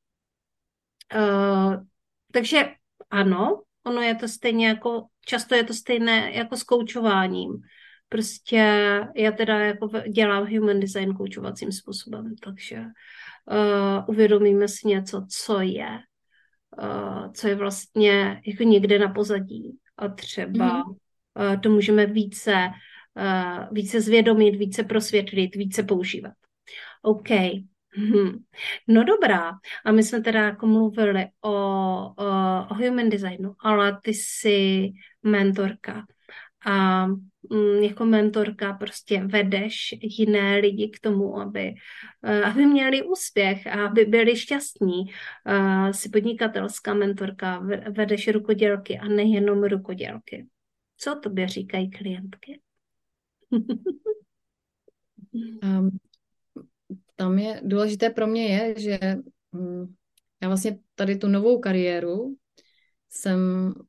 eh, takže ano, ono je to stejně jako, často je to stejné jako s koučováním. Prostě já teda jako dělám human design koučovacím způsobem, takže uh, uvědomíme si něco, co je, uh, co je vlastně jako někde na pozadí a třeba Mhm. uh, to můžeme více, uh, více zvědomit, více prosvětlit, více používat. OK. Hm. No dobrá. A my jsme teda jako mluvili o, o, o human designu, ale ty jsi mentorka. A mm, jako mentorka prostě vedeš jiné lidi k tomu, aby, eh, aby měli úspěch a aby byli šťastní. Eh, Jsi podnikatelská mentorka, ve- vedeš rukodělky a nejenom rukodělky. Co tobě říkají klientky? Um, tam je důležité pro mě je, že um, já vlastně tady tu novou kariéru jsem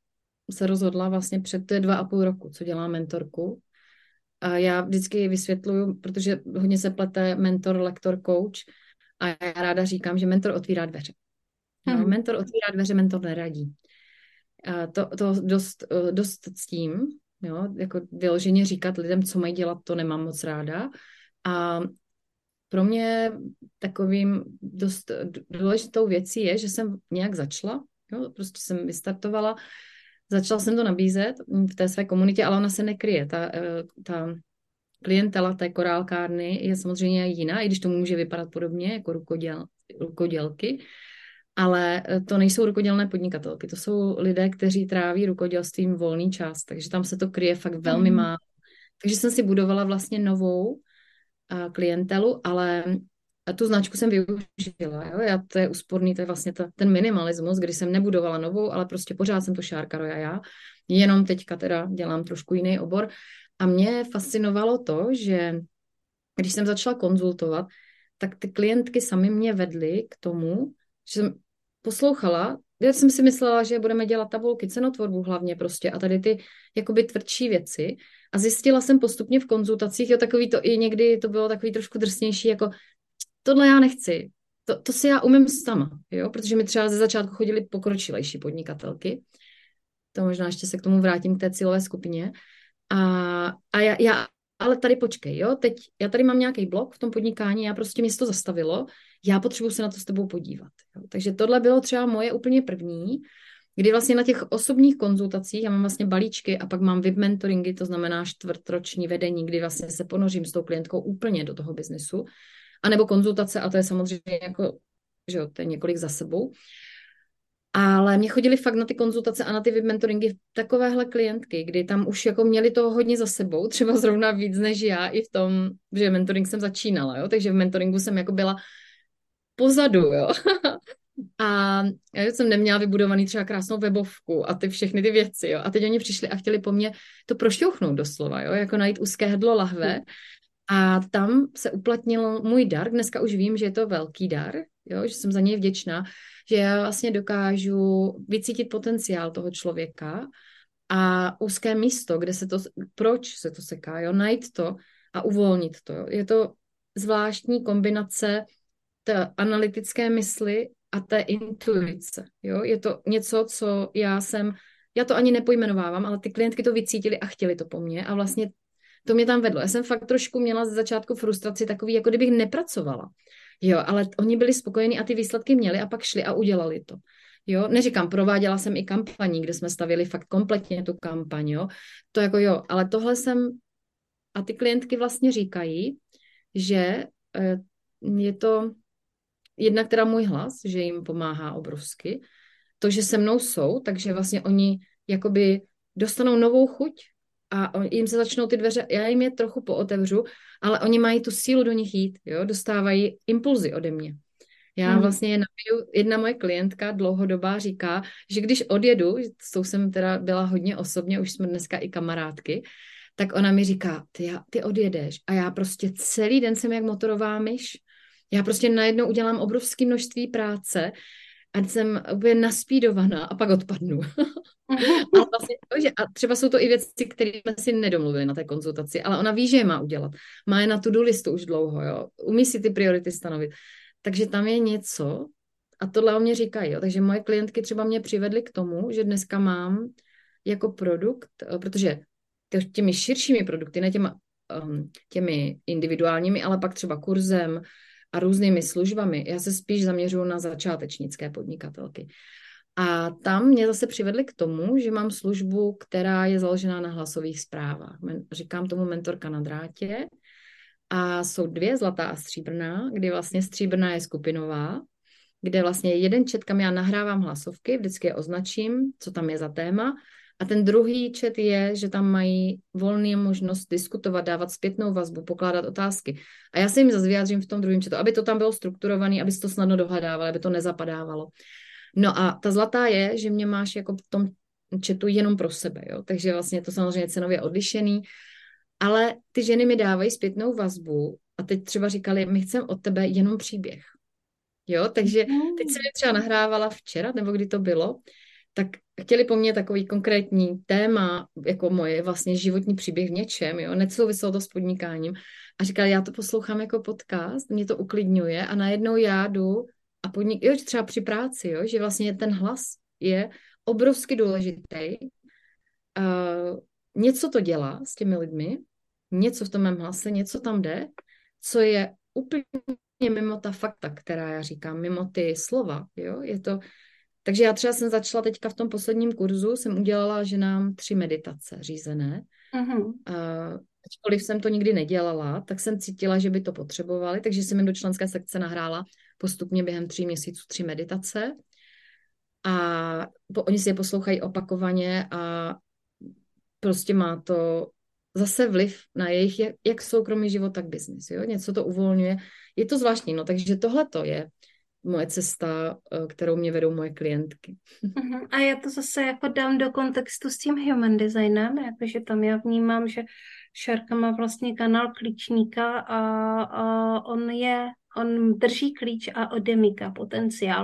se rozhodla vlastně před to je dva a půl roku, co dělám mentorku. A já vždycky vysvětluju, protože hodně se plete mentor, lektor, coach a já ráda říkám, že mentor otvírá dveře. Jo, Mhm. mentor otvírá dveře, mentor neradí. A to, to dost, dost s tím, jo, jako vyloženě říkat lidem, co mají dělat, to nemám moc ráda. A pro mě takovým dost důležitou věcí je, že jsem nějak začala, jo, prostě jsem vystartovala, začala jsem to nabízet v té své komunitě, ale ona se nekryje. Ta, ta klientela té korálkárny je samozřejmě jiná, i když to může vypadat podobně jako rukoděl, rukodělky, ale to nejsou rukodělné podnikatelky, to jsou lidé, kteří tráví rukodělstvím volný čas, takže tam se to kryje fakt velmi Mhm. málo. Takže jsem si budovala vlastně novou a, klientelu, ale tu značku jsem využila. Jo? Já, to je úsporný, to je vlastně ta, ten minimalismus, kdy jsem nebudovala novou, ale prostě pořád jsem to Šárka Roja já. Jenom teďka teda dělám trošku jiný obor. A mě fascinovalo to, že když jsem začala konzultovat, tak ty klientky sami mě vedly k tomu, že jsem poslouchala, já jsem si myslela, že budeme dělat tabulky, cenotvorbu hlavně prostě a tady ty jakoby tvrdší věci a zjistila jsem postupně v konzultacích, jo, takový to i někdy to bylo takový trošku drsnější, jako tohle já nechci, to, to si já umím sama, jo, protože mi třeba ze začátku chodily pokročilejší podnikatelky, to možná ještě se k tomu vrátím k té cílové skupině a, a já, já ale tady počkej, jo, teď já tady mám nějaký blok v tom podnikání, já prostě mě to zastavilo, já potřebuji se na to s tebou podívat. Jo. Takže tohle bylo třeba moje úplně první, kdy vlastně na těch osobních konzultacích, já mám vlastně balíčky a pak mám V I P mentoringy, to znamená čtvrtroční vedení, kdy vlastně se ponořím s tou klientkou úplně do toho biznesu, anebo konzultace a to je samozřejmě jako, že jo, to je několik za sebou. Ale mě chodili fakt na ty konzultace a na ty V I P mentoringy takovéhle klientky, kdy tam už jako měli toho hodně za sebou, třeba zrovna víc než já i v tom, že mentoring jsem začínala, jo, takže v mentoringu jsem jako byla pozadu, jo. A já jsem neměla vybudovaný třeba krásnou webovku a ty všechny ty věci, jo. A teď oni přišli a chtěli po mně to prošťouchnout doslova, jo, jako najít úzké hrdlo lahve. A tam se uplatnil můj dar, dneska už vím, že je to velký dar, jo, že jsem za něj vděčná, že já vlastně dokážu vycítit potenciál toho člověka a úzké místo, kde se to, proč se to seká, jo, najít to a uvolnit to. Jo. Je to zvláštní kombinace té analytické mysli a té intuice, jo. Je to něco, co já jsem, já to ani nepojmenovávám, ale ty klientky to vycítily a chtěli to po mně a vlastně to mě tam vedlo. Já jsem fakt trošku měla ze začátku frustraci takový, jako kdybych nepracovala. Jo, ale oni byli spokojení a ty výsledky měli a pak šli a udělali to. Jo, neříkám, prováděla jsem i kampaní, kde jsme stavili fakt kompletně tu kampaň, jo. To jako jo, ale tohle jsem, a ty klientky vlastně říkají, že je to jedna, která můj hlas, že jim pomáhá obrovsky, to, že se mnou jsou, takže vlastně oni jakoby dostanou novou chuť a jim se začnou ty dveře, já jim je trochu pootevřu, ale oni mají tu sílu do nich jít, jo, dostávají impulzy ode mě. Já Mhm. vlastně je nabiju, jedna moje klientka dlouhodobá říká, že když odjedu, s tou jsem teda byla hodně osobně, už jsme dneska i kamarádky, tak ona mi říká, ty, ty odjedeš a já prostě celý den jsem jak motorová myš. Já prostě najednou udělám obrovské množství práce a jsem úplně naspídovaná a pak odpadnu. Ale vlastně to, že, a třeba jsou to i věci, které jsme si nedomluvili na té konzultaci, ale ona ví, že je má udělat. Má je na tu do listu už dlouho, jo. Umí si ty priority stanovit. Takže tam je něco a tohle o mě říkají, jo. Takže moje klientky třeba mě přivedly k tomu, že dneska mám jako produkt, protože těmi širšími produkty, ne těma, um, těmi individuálními, ale pak třeba kurzem a různými službami, já se spíš zaměřuju na začátečnické podnikatelky. A tam mě zase přivedli k tomu, že mám službu, která je založená na hlasových zprávách. Říkám tomu mentorka na drátě. A jsou dvě, zlatá a stříbrná, kdy vlastně stříbrná je skupinová, kde vlastně jeden chat, kam já nahrávám hlasovky, vždycky je označím, co tam je za téma. A ten druhý chat je, že tam mají volný možnost diskutovat, dávat zpětnou vazbu, pokládat otázky. A já se jim zase vyjádřím v tom druhém chatu, aby to tam bylo strukturované, aby se to snadno dohledávalo, aby to nezapadávalo. No a ta zlatá je, že mě máš jako v tom chatu jenom pro sebe, jo. Takže vlastně to samozřejmě cenově odlišený, ale ty ženy mi dávají zpětnou vazbu a teď třeba říkali, my chceme od tebe jenom příběh. Jo, takže teď jsem je třeba nahrávala včera, nebo kdy to bylo, tak chtěli po mně takový konkrétní téma, jako moje vlastně životní příběh v něčem, jo, nesouviselo to s podnikáním. A říkali, já to poslouchám jako podcast, mě to uklidňuje a najednou já jdu a podnik, jo, třeba při práci, jo, že vlastně ten hlas je obrovsky důležitý. Uh, něco to dělá s těmi lidmi, něco v tom mém hlase, něco tam jde, co je úplně mimo ta fakta, která já říkám, mimo ty slova, jo, je to. Takže já třeba jsem začala teďka v tom posledním kurzu, jsem udělala ženám tři meditace řízené. Mm-hmm. Uh, ačkoliv jsem to nikdy nedělala, tak jsem cítila, že by to potřebovali, takže jsem jim do členské sekce nahrála postupně během tří měsíců tři meditace. A po, oni si je poslouchají opakovaně a prostě má to zase vliv na jejich jak, jak soukromý život, tak biznis. Jo? Něco to uvolňuje. Je to zvláštní, no, takže tohle to je moje cesta, kterou mě vedou moje klientky. Uh-huh. A já to zase jako dám do kontextu s tím human designem, jakože tam já vnímám, že Šárka má vlastně kanál klíčníka a, a on je, on drží klíč a odemýká potenciál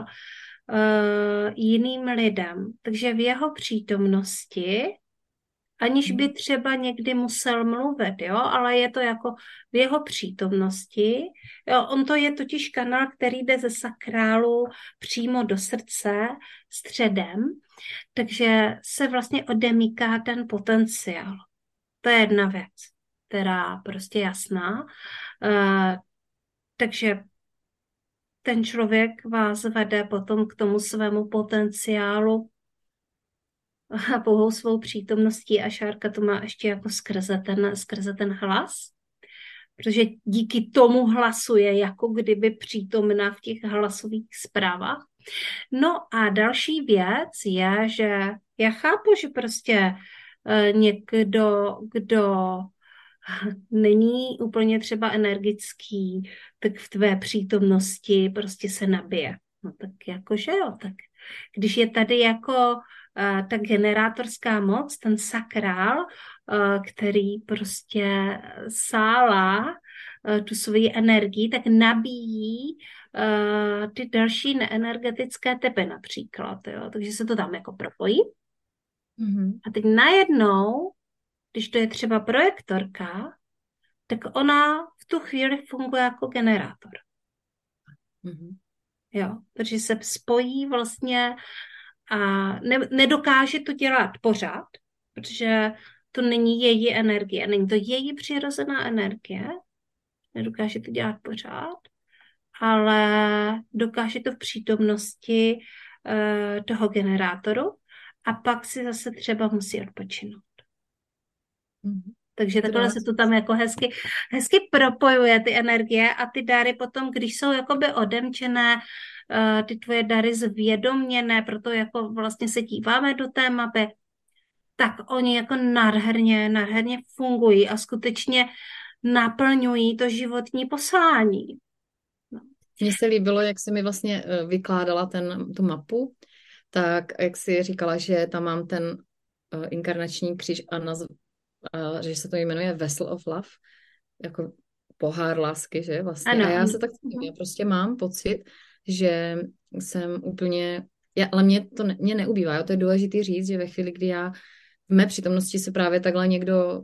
uh, jiným lidem. Takže v jeho přítomnosti, aniž by třeba někdy musel mluvit, jo, ale je to jako v jeho přítomnosti. Jo, on to je totiž kanál, který jde ze sakrálu přímo do srdce středem, takže se vlastně odemýká ten potenciál. To je jedna věc, která prostě jasná. Uh, takže ten člověk vás vede potom k tomu svému potenciálu a pouhou svou přítomností a Šárka to má ještě jako skrze ten, skrze ten hlas, protože díky tomu hlasuje, jako kdyby přítomná v těch hlasových zprávách. No a další věc je, že já chápu, že prostě někdo, kdo není úplně třeba energický, tak v tvé přítomnosti prostě se nabije. No tak jakože jo, tak když je tady jako Uh, ta generátorská moc, ten sakrál, uh, který prostě sálá uh, tu svoji energii, tak nabíjí uh, ty další neenergetické typy například. Jo? Takže se to tam jako propojí. Mm-hmm. A teď najednou, když to je třeba projektorka, tak ona v tu chvíli funguje jako generátor. Mm-hmm. Jo, protože se spojí vlastně a ne, nedokáže to dělat pořád, protože to není její energie, není to její přirozená energie, nedokáže to dělat pořád, ale dokáže to v přítomnosti uh, toho generátoru a pak si zase třeba musí odpočinout. Mm-hmm. Takže takhle se to tam jako hezky, hezky propojuje ty energie a ty dary potom, když jsou jakoby odemčené, uh, ty tvoje dary zvědoměné, proto jako vlastně se díváme do té mapy, tak oni jako nádherně, nádherně fungují a skutečně naplňují to životní poslání. No. Mně se líbilo, jak jsi mi vlastně vykládala ten, tu mapu, tak jak jsi říkala, že tam mám ten uh, inkarnační kříž a nazv Uh, že se to jmenuje Vessel of Love, jako pohár lásky, že vlastně. Ano. A já se tak cítím, já prostě mám pocit, že jsem úplně, já, ale mě to ne, mě neubývá, jo? To je důležitý říct, že ve chvíli, kdy já v mé přítomnosti se právě takhle někdo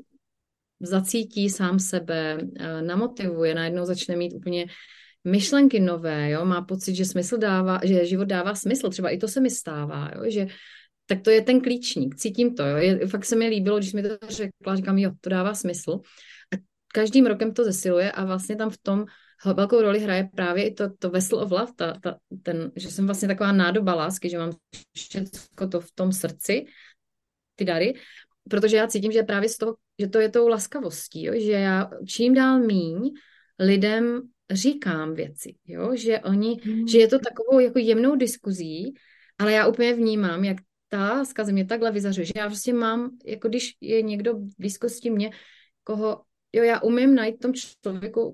zacítí sám sebe, uh, namotivuje, najednou začne mít úplně myšlenky nové, jo? Má pocit, že smysl dává, že život dává smysl, třeba i to se mi stává, jo? Že tak to je ten klíčník, cítím to, jo. Je, fakt se mi líbilo, když mi to řekla, říkám, jo, to dává smysl. A každým rokem to zesiluje a vlastně tam v tom velkou roli hraje právě i to, to Vessel of Love, ta, ta, ten, že jsem vlastně taková nádoba lásky, že mám všechno to v tom srdci, ty dary, protože já cítím, že právě z toho, že to je tou laskavostí, jo, že já čím dál míň lidem říkám věci, jo, že oni, mm. že je to takovou jako jemnou diskuzí, ale já úplně vnímám, jak ta láska ze mě takhle vyzařuje, že já prostě mám, jako když je někdo v blízkosti mě, koho, jo, já umím najít v tom člověku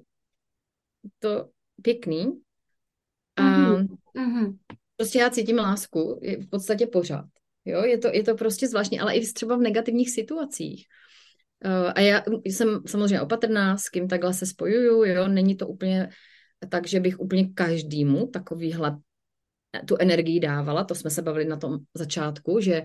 to pěkný a mm-hmm. prostě já cítím lásku v podstatě pořád, jo, je to, je to prostě zvláštní, ale i třeba v negativních situacích. Uh, a já jsem samozřejmě opatrná, s kým takhle se spojuju, jo, není to úplně tak, že bych úplně každému takovýhle tu energii dávala, to jsme se bavili na tom začátku, že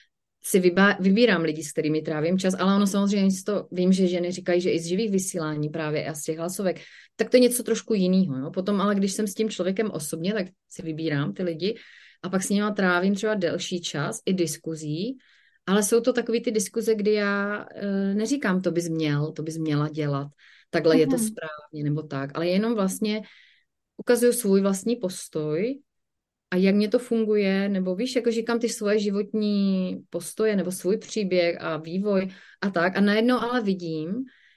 si vybá, vybírám lidi, s kterými trávím čas, ale ono samozřejmě to, vím, že ženy říkají, že i z živých vysílání právě a z těch hlasovek, tak to je něco trošku jiného. No? Potom ale když jsem s tím člověkem osobně, tak si vybírám ty lidi a pak s nimi trávím třeba delší čas i diskuzí, ale jsou to takové ty diskuze, kdy já e, neříkám, to bys měl, to bys měla dělat, takhle mm-hmm. je to správně nebo tak, ale jenom vlastně ukazuju svůj vlastní postoj a jak mě to funguje, nebo víš, jako říkám ty svoje životní postoje, nebo svůj příběh a vývoj a tak. A najednou ale vidím,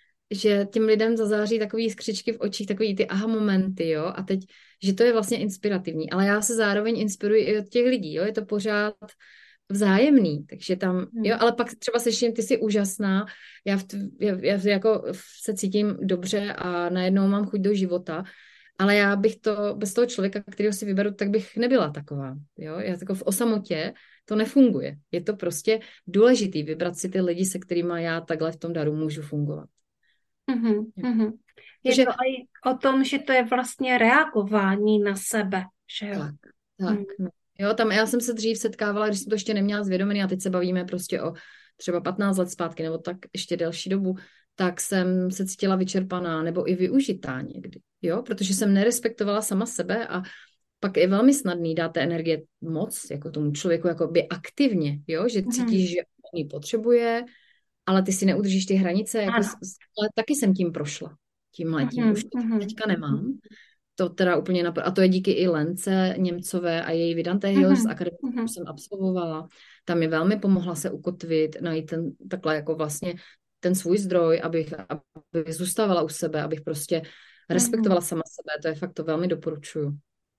že těm lidem zazáří takový skřičky v očích, takový ty aha momenty, jo, a teď, že to je vlastně inspirativní. Ale já se zároveň inspiruji i od těch lidí, jo, je to pořád vzájemný, takže tam, jo, ale pak třeba slyším, ty jsi úžasná, já, v, já, já jako se cítím dobře a najednou mám chuť do života. Ale já bych to, bez toho člověka, kterého si vyberu, tak bych nebyla taková. Jo? Já jako v osamotě to nefunguje. Je to prostě důležitý vybrat si ty lidi, se kterými já takhle v tom daru můžu fungovat. Mm-hmm, mm-hmm. Je Takže, to i o tom, že to je vlastně reagování na sebe, že jo? Tak, tak. Mm. No. Jo, tam já jsem se dřív setkávala, když jsem to ještě neměla zvědomený a teď se bavíme prostě o třeba patnáct let zpátky nebo tak ještě delší dobu, tak jsem se cítila vyčerpaná nebo i využitá někdy, jo, protože jsem nerespektovala sama sebe a pak je velmi snadný dát té energie moc, jako tomu člověku, jako by aktivně, jo, že cítíš, že on ji potřebuje, ale ty si neudržíš ty hranice, jako, ale taky jsem tím prošla, tímhle tím, už to teďka nemám, to teda úplně napr- a to je díky i Lence Němcové a její Vidante Healers mm-hmm. Academy, kterou jsem absolvovala, tam mi velmi pomohla se ukotvit, najít ten, takhle jako vlastně ten svůj zdroj, abych, abych zůstávala u sebe, abych prostě respektovala mm-hmm. sama sebe, to je fakt, to velmi doporučuju.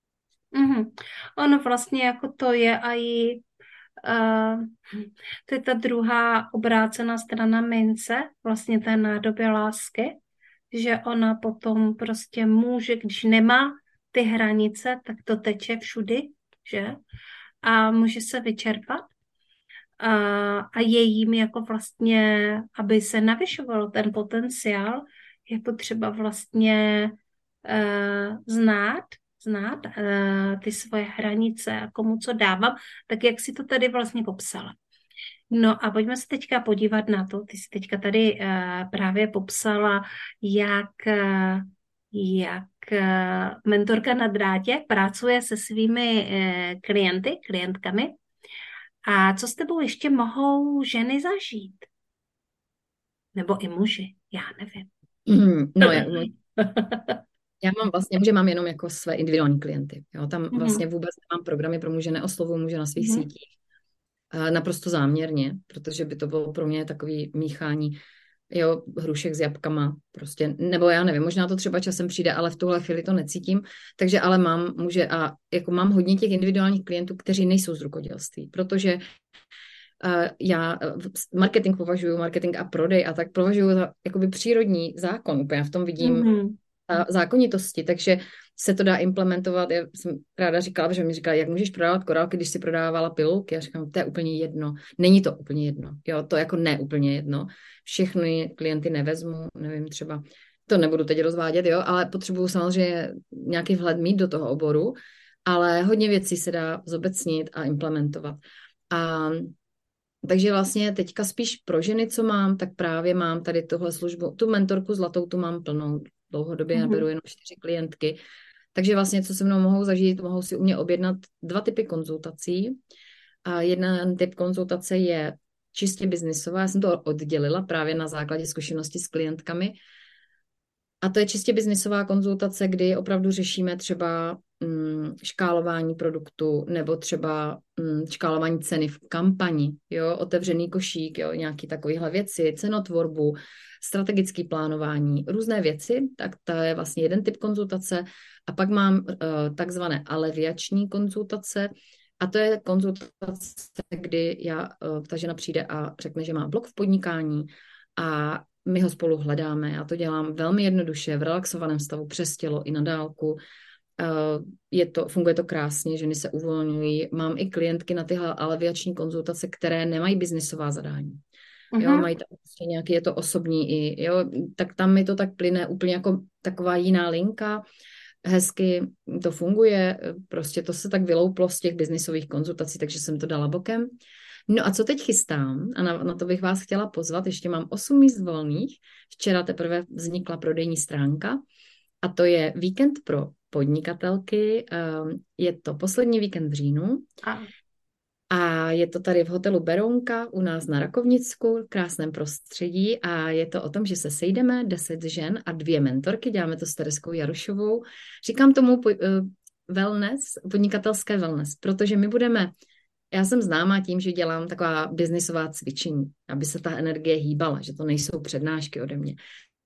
Mm-hmm. Ono vlastně jako to je a i uh, to je ta druhá obrácená strana mince, vlastně té nádoby lásky, že ona potom prostě může, když nemá ty hranice, tak to teče všudy, že? A může se vyčerpat. A, a je jim jako vlastně, aby se navyšoval ten potenciál, je potřeba vlastně uh, znát, znát uh, ty svoje hranice a komu co dávám, tak jak si to tady vlastně popsala. No a pojďme se teďka podívat na to, ty jsi teďka tady uh, právě popsala, jak, uh, jak uh, mentorka na drátě pracuje se svými uh, klienty, klientkami. A co s tebou ještě mohou ženy zažít? Nebo i muži, já nevím. Mm, no, já, já mám vlastně, muže mám jenom jako své individuální klienty. Jo? Tam vlastně vůbec nemám programy pro muže, neoslovuju muže na svých mm. sítích. A naprosto záměrně, protože by to bylo pro mě takový míchání, jo, hrušek s jabkama, prostě, nebo já nevím, možná to třeba časem přijde, ale v tuhle chvíli to necítím, takže ale mám muže a jako mám hodně těch individuálních klientů, kteří nejsou z rukodělství, protože uh, já marketing považuji, marketing a prodej a tak považuji za jakoby přírodní zákon, úplně v tom vidím mm-hmm. zákonitosti, takže se to dá implementovat. Já jsem ráda říkala, že mi říkala, jak můžeš prodávat korálky, když si prodávala pilulky. Já říkám, to je úplně jedno. Není to úplně jedno. Jo, to jako ne úplně jedno. Všechny klienty nevezmu, nevím, třeba to nebudu teď rozvádět, jo, ale potřebuju samozřejmě nějaký vhled mít do toho oboru, ale hodně věcí se dá zobecnit a implementovat. A takže vlastně teďka spíš pro ženy, co mám, tak právě mám tady tuhle službu, tu mentorku zlatou, tu mám plnou. Dlouhodobě mm-hmm. naberu jenom čtyři klientky. Takže vlastně, co se mnou mohou zažít, mohou si u mě objednat dva typy konzultací. A jeden typ konzultace je čistě biznisová. Já jsem to oddělila právě na základě zkušenosti s klientkami. A to je čistě biznisová konzultace, kdy opravdu řešíme třeba mm, škálování produktu nebo třeba mm, škálování ceny v kampani, jo, otevřený košík, jo, nějaký takovýhle věci, cenotvorbu, strategické plánování, různé věci, tak to je vlastně jeden typ konzultace. A pak mám uh, takzvané aleviační konzultace a to je konzultace, kdy já, uh, ta žena přijde a řekne, že má blok v podnikání a my ho spolu hledáme. Já to dělám velmi jednoduše, v relaxovaném stavu, přes tělo i na dálku. Je to, funguje to krásně, ženy se uvolňují. Mám i klientky na tyhle aleviační konzultace, které nemají biznisová zadání. Uh-huh. Jo, mají tam prostě nějaký, je to osobní i, jo, tak tam mi to tak plyne úplně jako taková jiná linka. hezky to funguje, prostě to se tak vylouplo z těch biznisových konzultací, takže jsem to dala bokem. No a co teď chystám, a na, na to bych vás chtěla pozvat, ještě mám osm míst volných, včera teprve vznikla prodejní stránka a to je víkend pro podnikatelky, je to poslední víkend v říjnu A, a je to tady v hotelu Berounka u nás na Rakovnicku, v krásném prostředí a je to o tom, že se sejdeme deset žen a dvě mentorky, děláme to s Tereskou Jarošovou. Říkám tomu po, uh, wellness, podnikatelské wellness, protože my budeme, já jsem známá tím, že dělám taková biznisová cvičení, aby se ta energie hýbala, že to nejsou přednášky ode mě.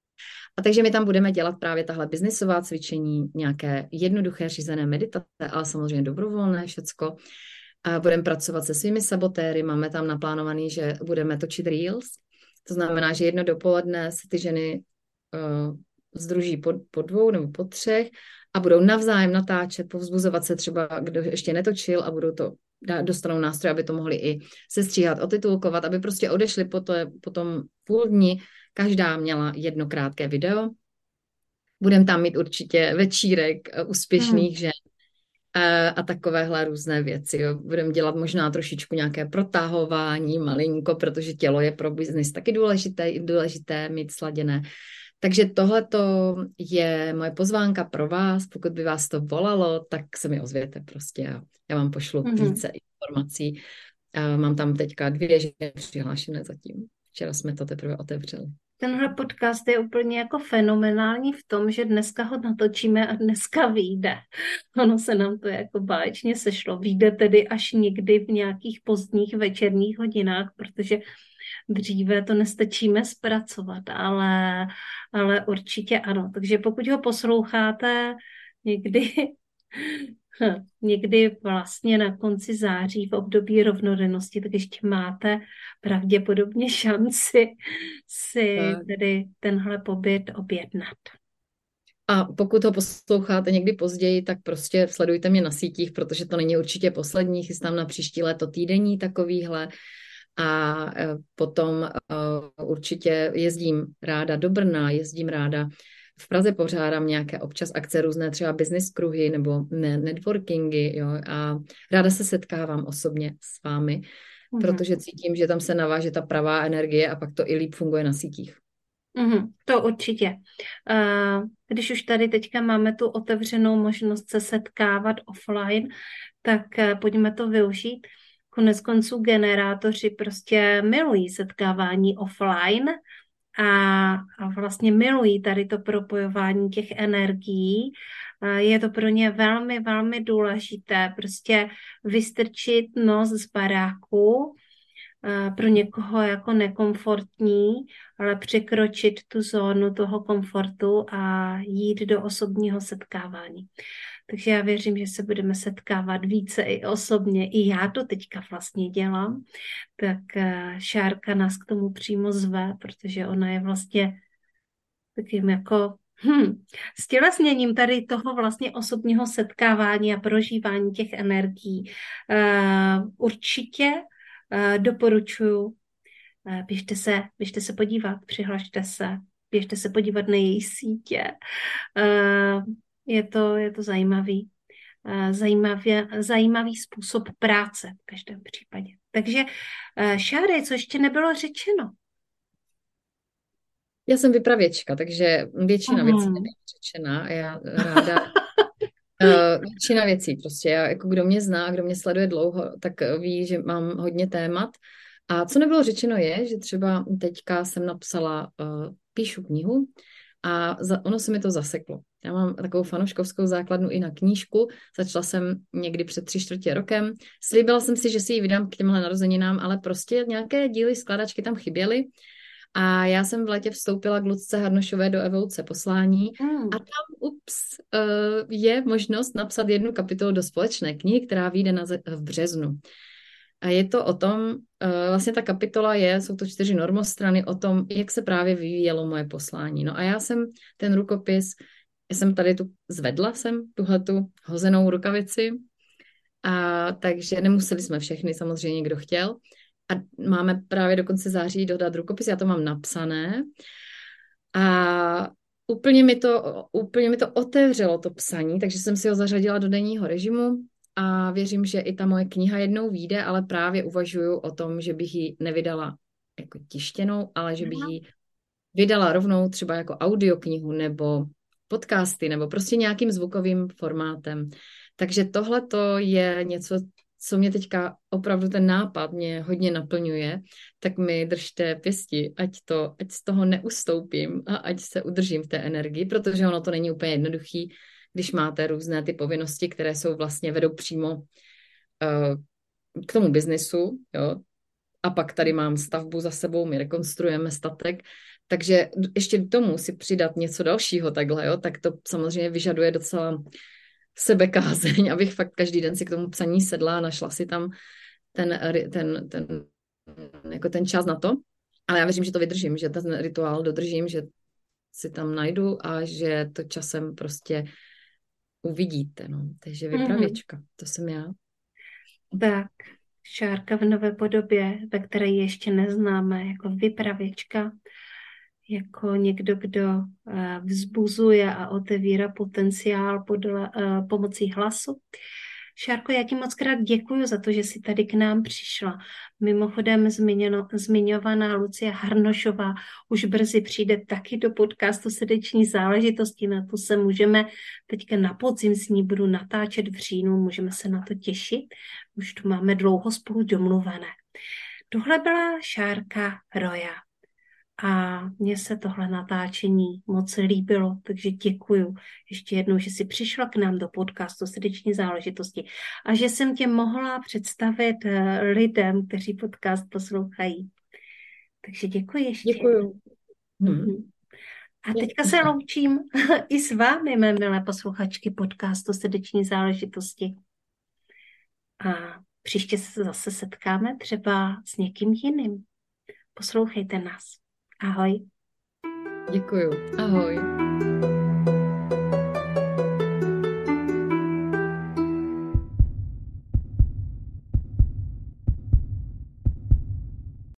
A takže my tam budeme dělat právě tahle biznisová cvičení, nějaké jednoduché řízené meditace, ale samozřejmě dobrovolné všecko. A budeme pracovat se svými sabotéry, máme tam naplánovaný, že budeme točit reels, to znamená, že jedno dopoledne se ty ženy uh, združí po, po dvou nebo po třech a budou navzájem natáčet, povzbuzovat se třeba, kdo ještě netočil a budou to, dostanou nástroj, aby to mohli i sestříhat, otitulkovat, aby prostě odešli po, to, po tom půl dni, každá měla jedno krátké video. Budeme tam mít určitě večírek úspěšných mm. žen, a takovéhle různé věci. Budeme dělat možná trošičku nějaké protahování, malinko, protože tělo je pro biznis taky důležité, důležité mít sladěné. Takže tohleto je moje pozvánka pro vás. Pokud by vás to volalo, tak se mi ozvěte prostě a já vám pošlu mm-hmm. více informací. Mám tam teďka dvě ženy přihlášené zatím. Včera jsme to teprve otevřeli. Tenhle podcast je úplně jako fenomenální v tom, že dneska ho natočíme a dneska vyjde. Ono se nám to jako báječně sešlo. Vyjde tedy až někdy v nějakých pozdních večerních hodinách, protože dříve to nestačíme zpracovat, ale, ale určitě ano. Takže pokud ho posloucháte někdy... někdy vlastně na konci září v období rovnodennosti, tak ještě máte pravděpodobně šanci si tedy tenhle pobyt objednat. A pokud ho posloucháte někdy později, tak prostě sledujte mě na sítích, protože to není určitě poslední, chystám na příští léto týdenní takovýhle a potom určitě jezdím ráda do Brna, jezdím ráda v Praze, pořádám nějaké občas akce, různé třeba business kruhy nebo networkingy, jo, a ráda se setkávám osobně s vámi, mm-hmm. protože cítím, že tam se naváže ta pravá energie a pak to i líp funguje na sítích. Mm-hmm, to určitě. Když už tady teďka máme tu otevřenou možnost se setkávat offline, tak pojďme to využít. Konec konců generátoři prostě milují setkávání offline, A, a vlastně milují tady to propojování těch energií. Je to pro ně velmi, velmi důležité prostě vystrčit nos z baráku, pro někoho jako nekomfortní, ale překročit tu zónu toho komfortu a jít do osobního setkávání. Takže já věřím, že se budeme setkávat více i osobně. I já to teďka vlastně dělám. Tak Šárka nás k tomu přímo zve, protože ona je vlastně takým jako hm, stělesněním tady toho vlastně osobního setkávání a prožívání těch energií. Uh, určitě uh, doporučuji, uh, běžte se, běžte se podívat, přihlašte se, běžte se podívat na její sítě. Uh, Je to, je to zajímavý, zajímavý, zajímavý způsob práce v každém případě. Takže Šáry, co ještě nebylo řečeno? Já jsem vypravěčka, takže většina věcí nebyla řečena a já ráda uh, většina věcí prostě. Já, jako kdo mě zná, kdo mě sleduje dlouho, tak ví, že mám hodně témat. A co nebylo řečeno je, že třeba teďka jsem napsala, uh, píšu knihu, a za, ono se mi to zaseklo. Já mám takovou fanouškovskou základnu i na knížku. Začala jsem někdy před tři čtvrtě rokem. Slíbila jsem si, že si ji vydám k těmhle narozeninám, ale prostě nějaké díly skladačky tam chyběly. A já jsem v létě vstoupila k Lucce Harnošové do Evoluce poslání mm. a tam, ups, je možnost napsat jednu kapitolu do společné knihy, která vyjde na, v březnu. A je to o tom, vlastně ta kapitola je, jsou to čtyři normostrany o tom, jak se právě vyvíjelo moje poslání. No a já jsem ten rukopis, já jsem tady tu, zvedla jsem tuhletu hozenou rukavici, a takže nemuseli jsme všechny, samozřejmě kdo chtěl. A máme právě do konce září dodat rukopis, já to mám napsané. A úplně mi to, úplně mi to otevřelo to psaní, takže jsem si ho zařadila do denního režimu a věřím, že i ta moje kniha jednou vyjde, ale právě uvažuju o tom, že bych ji nevydala jako tištěnou, ale že bych ji vydala rovnou třeba jako audioknihu nebo podcasty nebo prostě nějakým zvukovým formátem. Takže tohle to je něco, co mě teďka opravdu ten nápad mě hodně naplňuje, tak mi držte pěsti, ať, to, ať z toho neustoupím a ať se udržím v té energii, protože ono to není úplně jednoduchý, když máte různé ty povinnosti, které jsou vlastně vedou přímo uh, k tomu biznisu, jo. A pak tady mám stavbu za sebou, my rekonstruujeme statek, takže ještě k tomu si přidat něco dalšího takhle, jo, tak to samozřejmě vyžaduje docela sebekázeň, abych fakt každý den si k tomu psaní sedla a našla si tam ten, ten, ten, jako ten čas na to. Ale já věřím, že to vydržím, že ten rituál dodržím, že si tam najdu a že to časem prostě uvidíte. No. Takže vypravěčka, mm-hmm. To jsem já. Tak, Šárka v nové podobě, ve které ji ještě neznáme, jako vypravěčka, jako někdo, kdo vzbuzuje a otevírá potenciál podle, pomocí hlasu. Šárko, já ti moc krát děkuju za to, že jsi tady k nám přišla. Mimochodem zmíněno, zmiňovaná Lucie Harnošová už brzy přijde taky do podcastu Srdeční záležitosti. Na to se můžeme teďka na podzim s ní budu natáčet v říjnu, můžeme se na to těšit. Už tu máme dlouho spolu domluvené. Tohle byla Šárka Roja. A mně se tohle natáčení moc líbilo, takže děkuju ještě jednou, že jsi přišla k nám do podcastu Srdeční záležitosti a že jsem tě mohla představit lidem, kteří podcast poslouchají. Takže děkuji ještě. Děkuju. Hmm. A teďka se loučím i s vámi, mé milé posluchačky podcastu Srdeční záležitosti. A příště se zase setkáme třeba s někým jiným. Poslouchejte nás. Ahoj. Děkuju. Ahoj.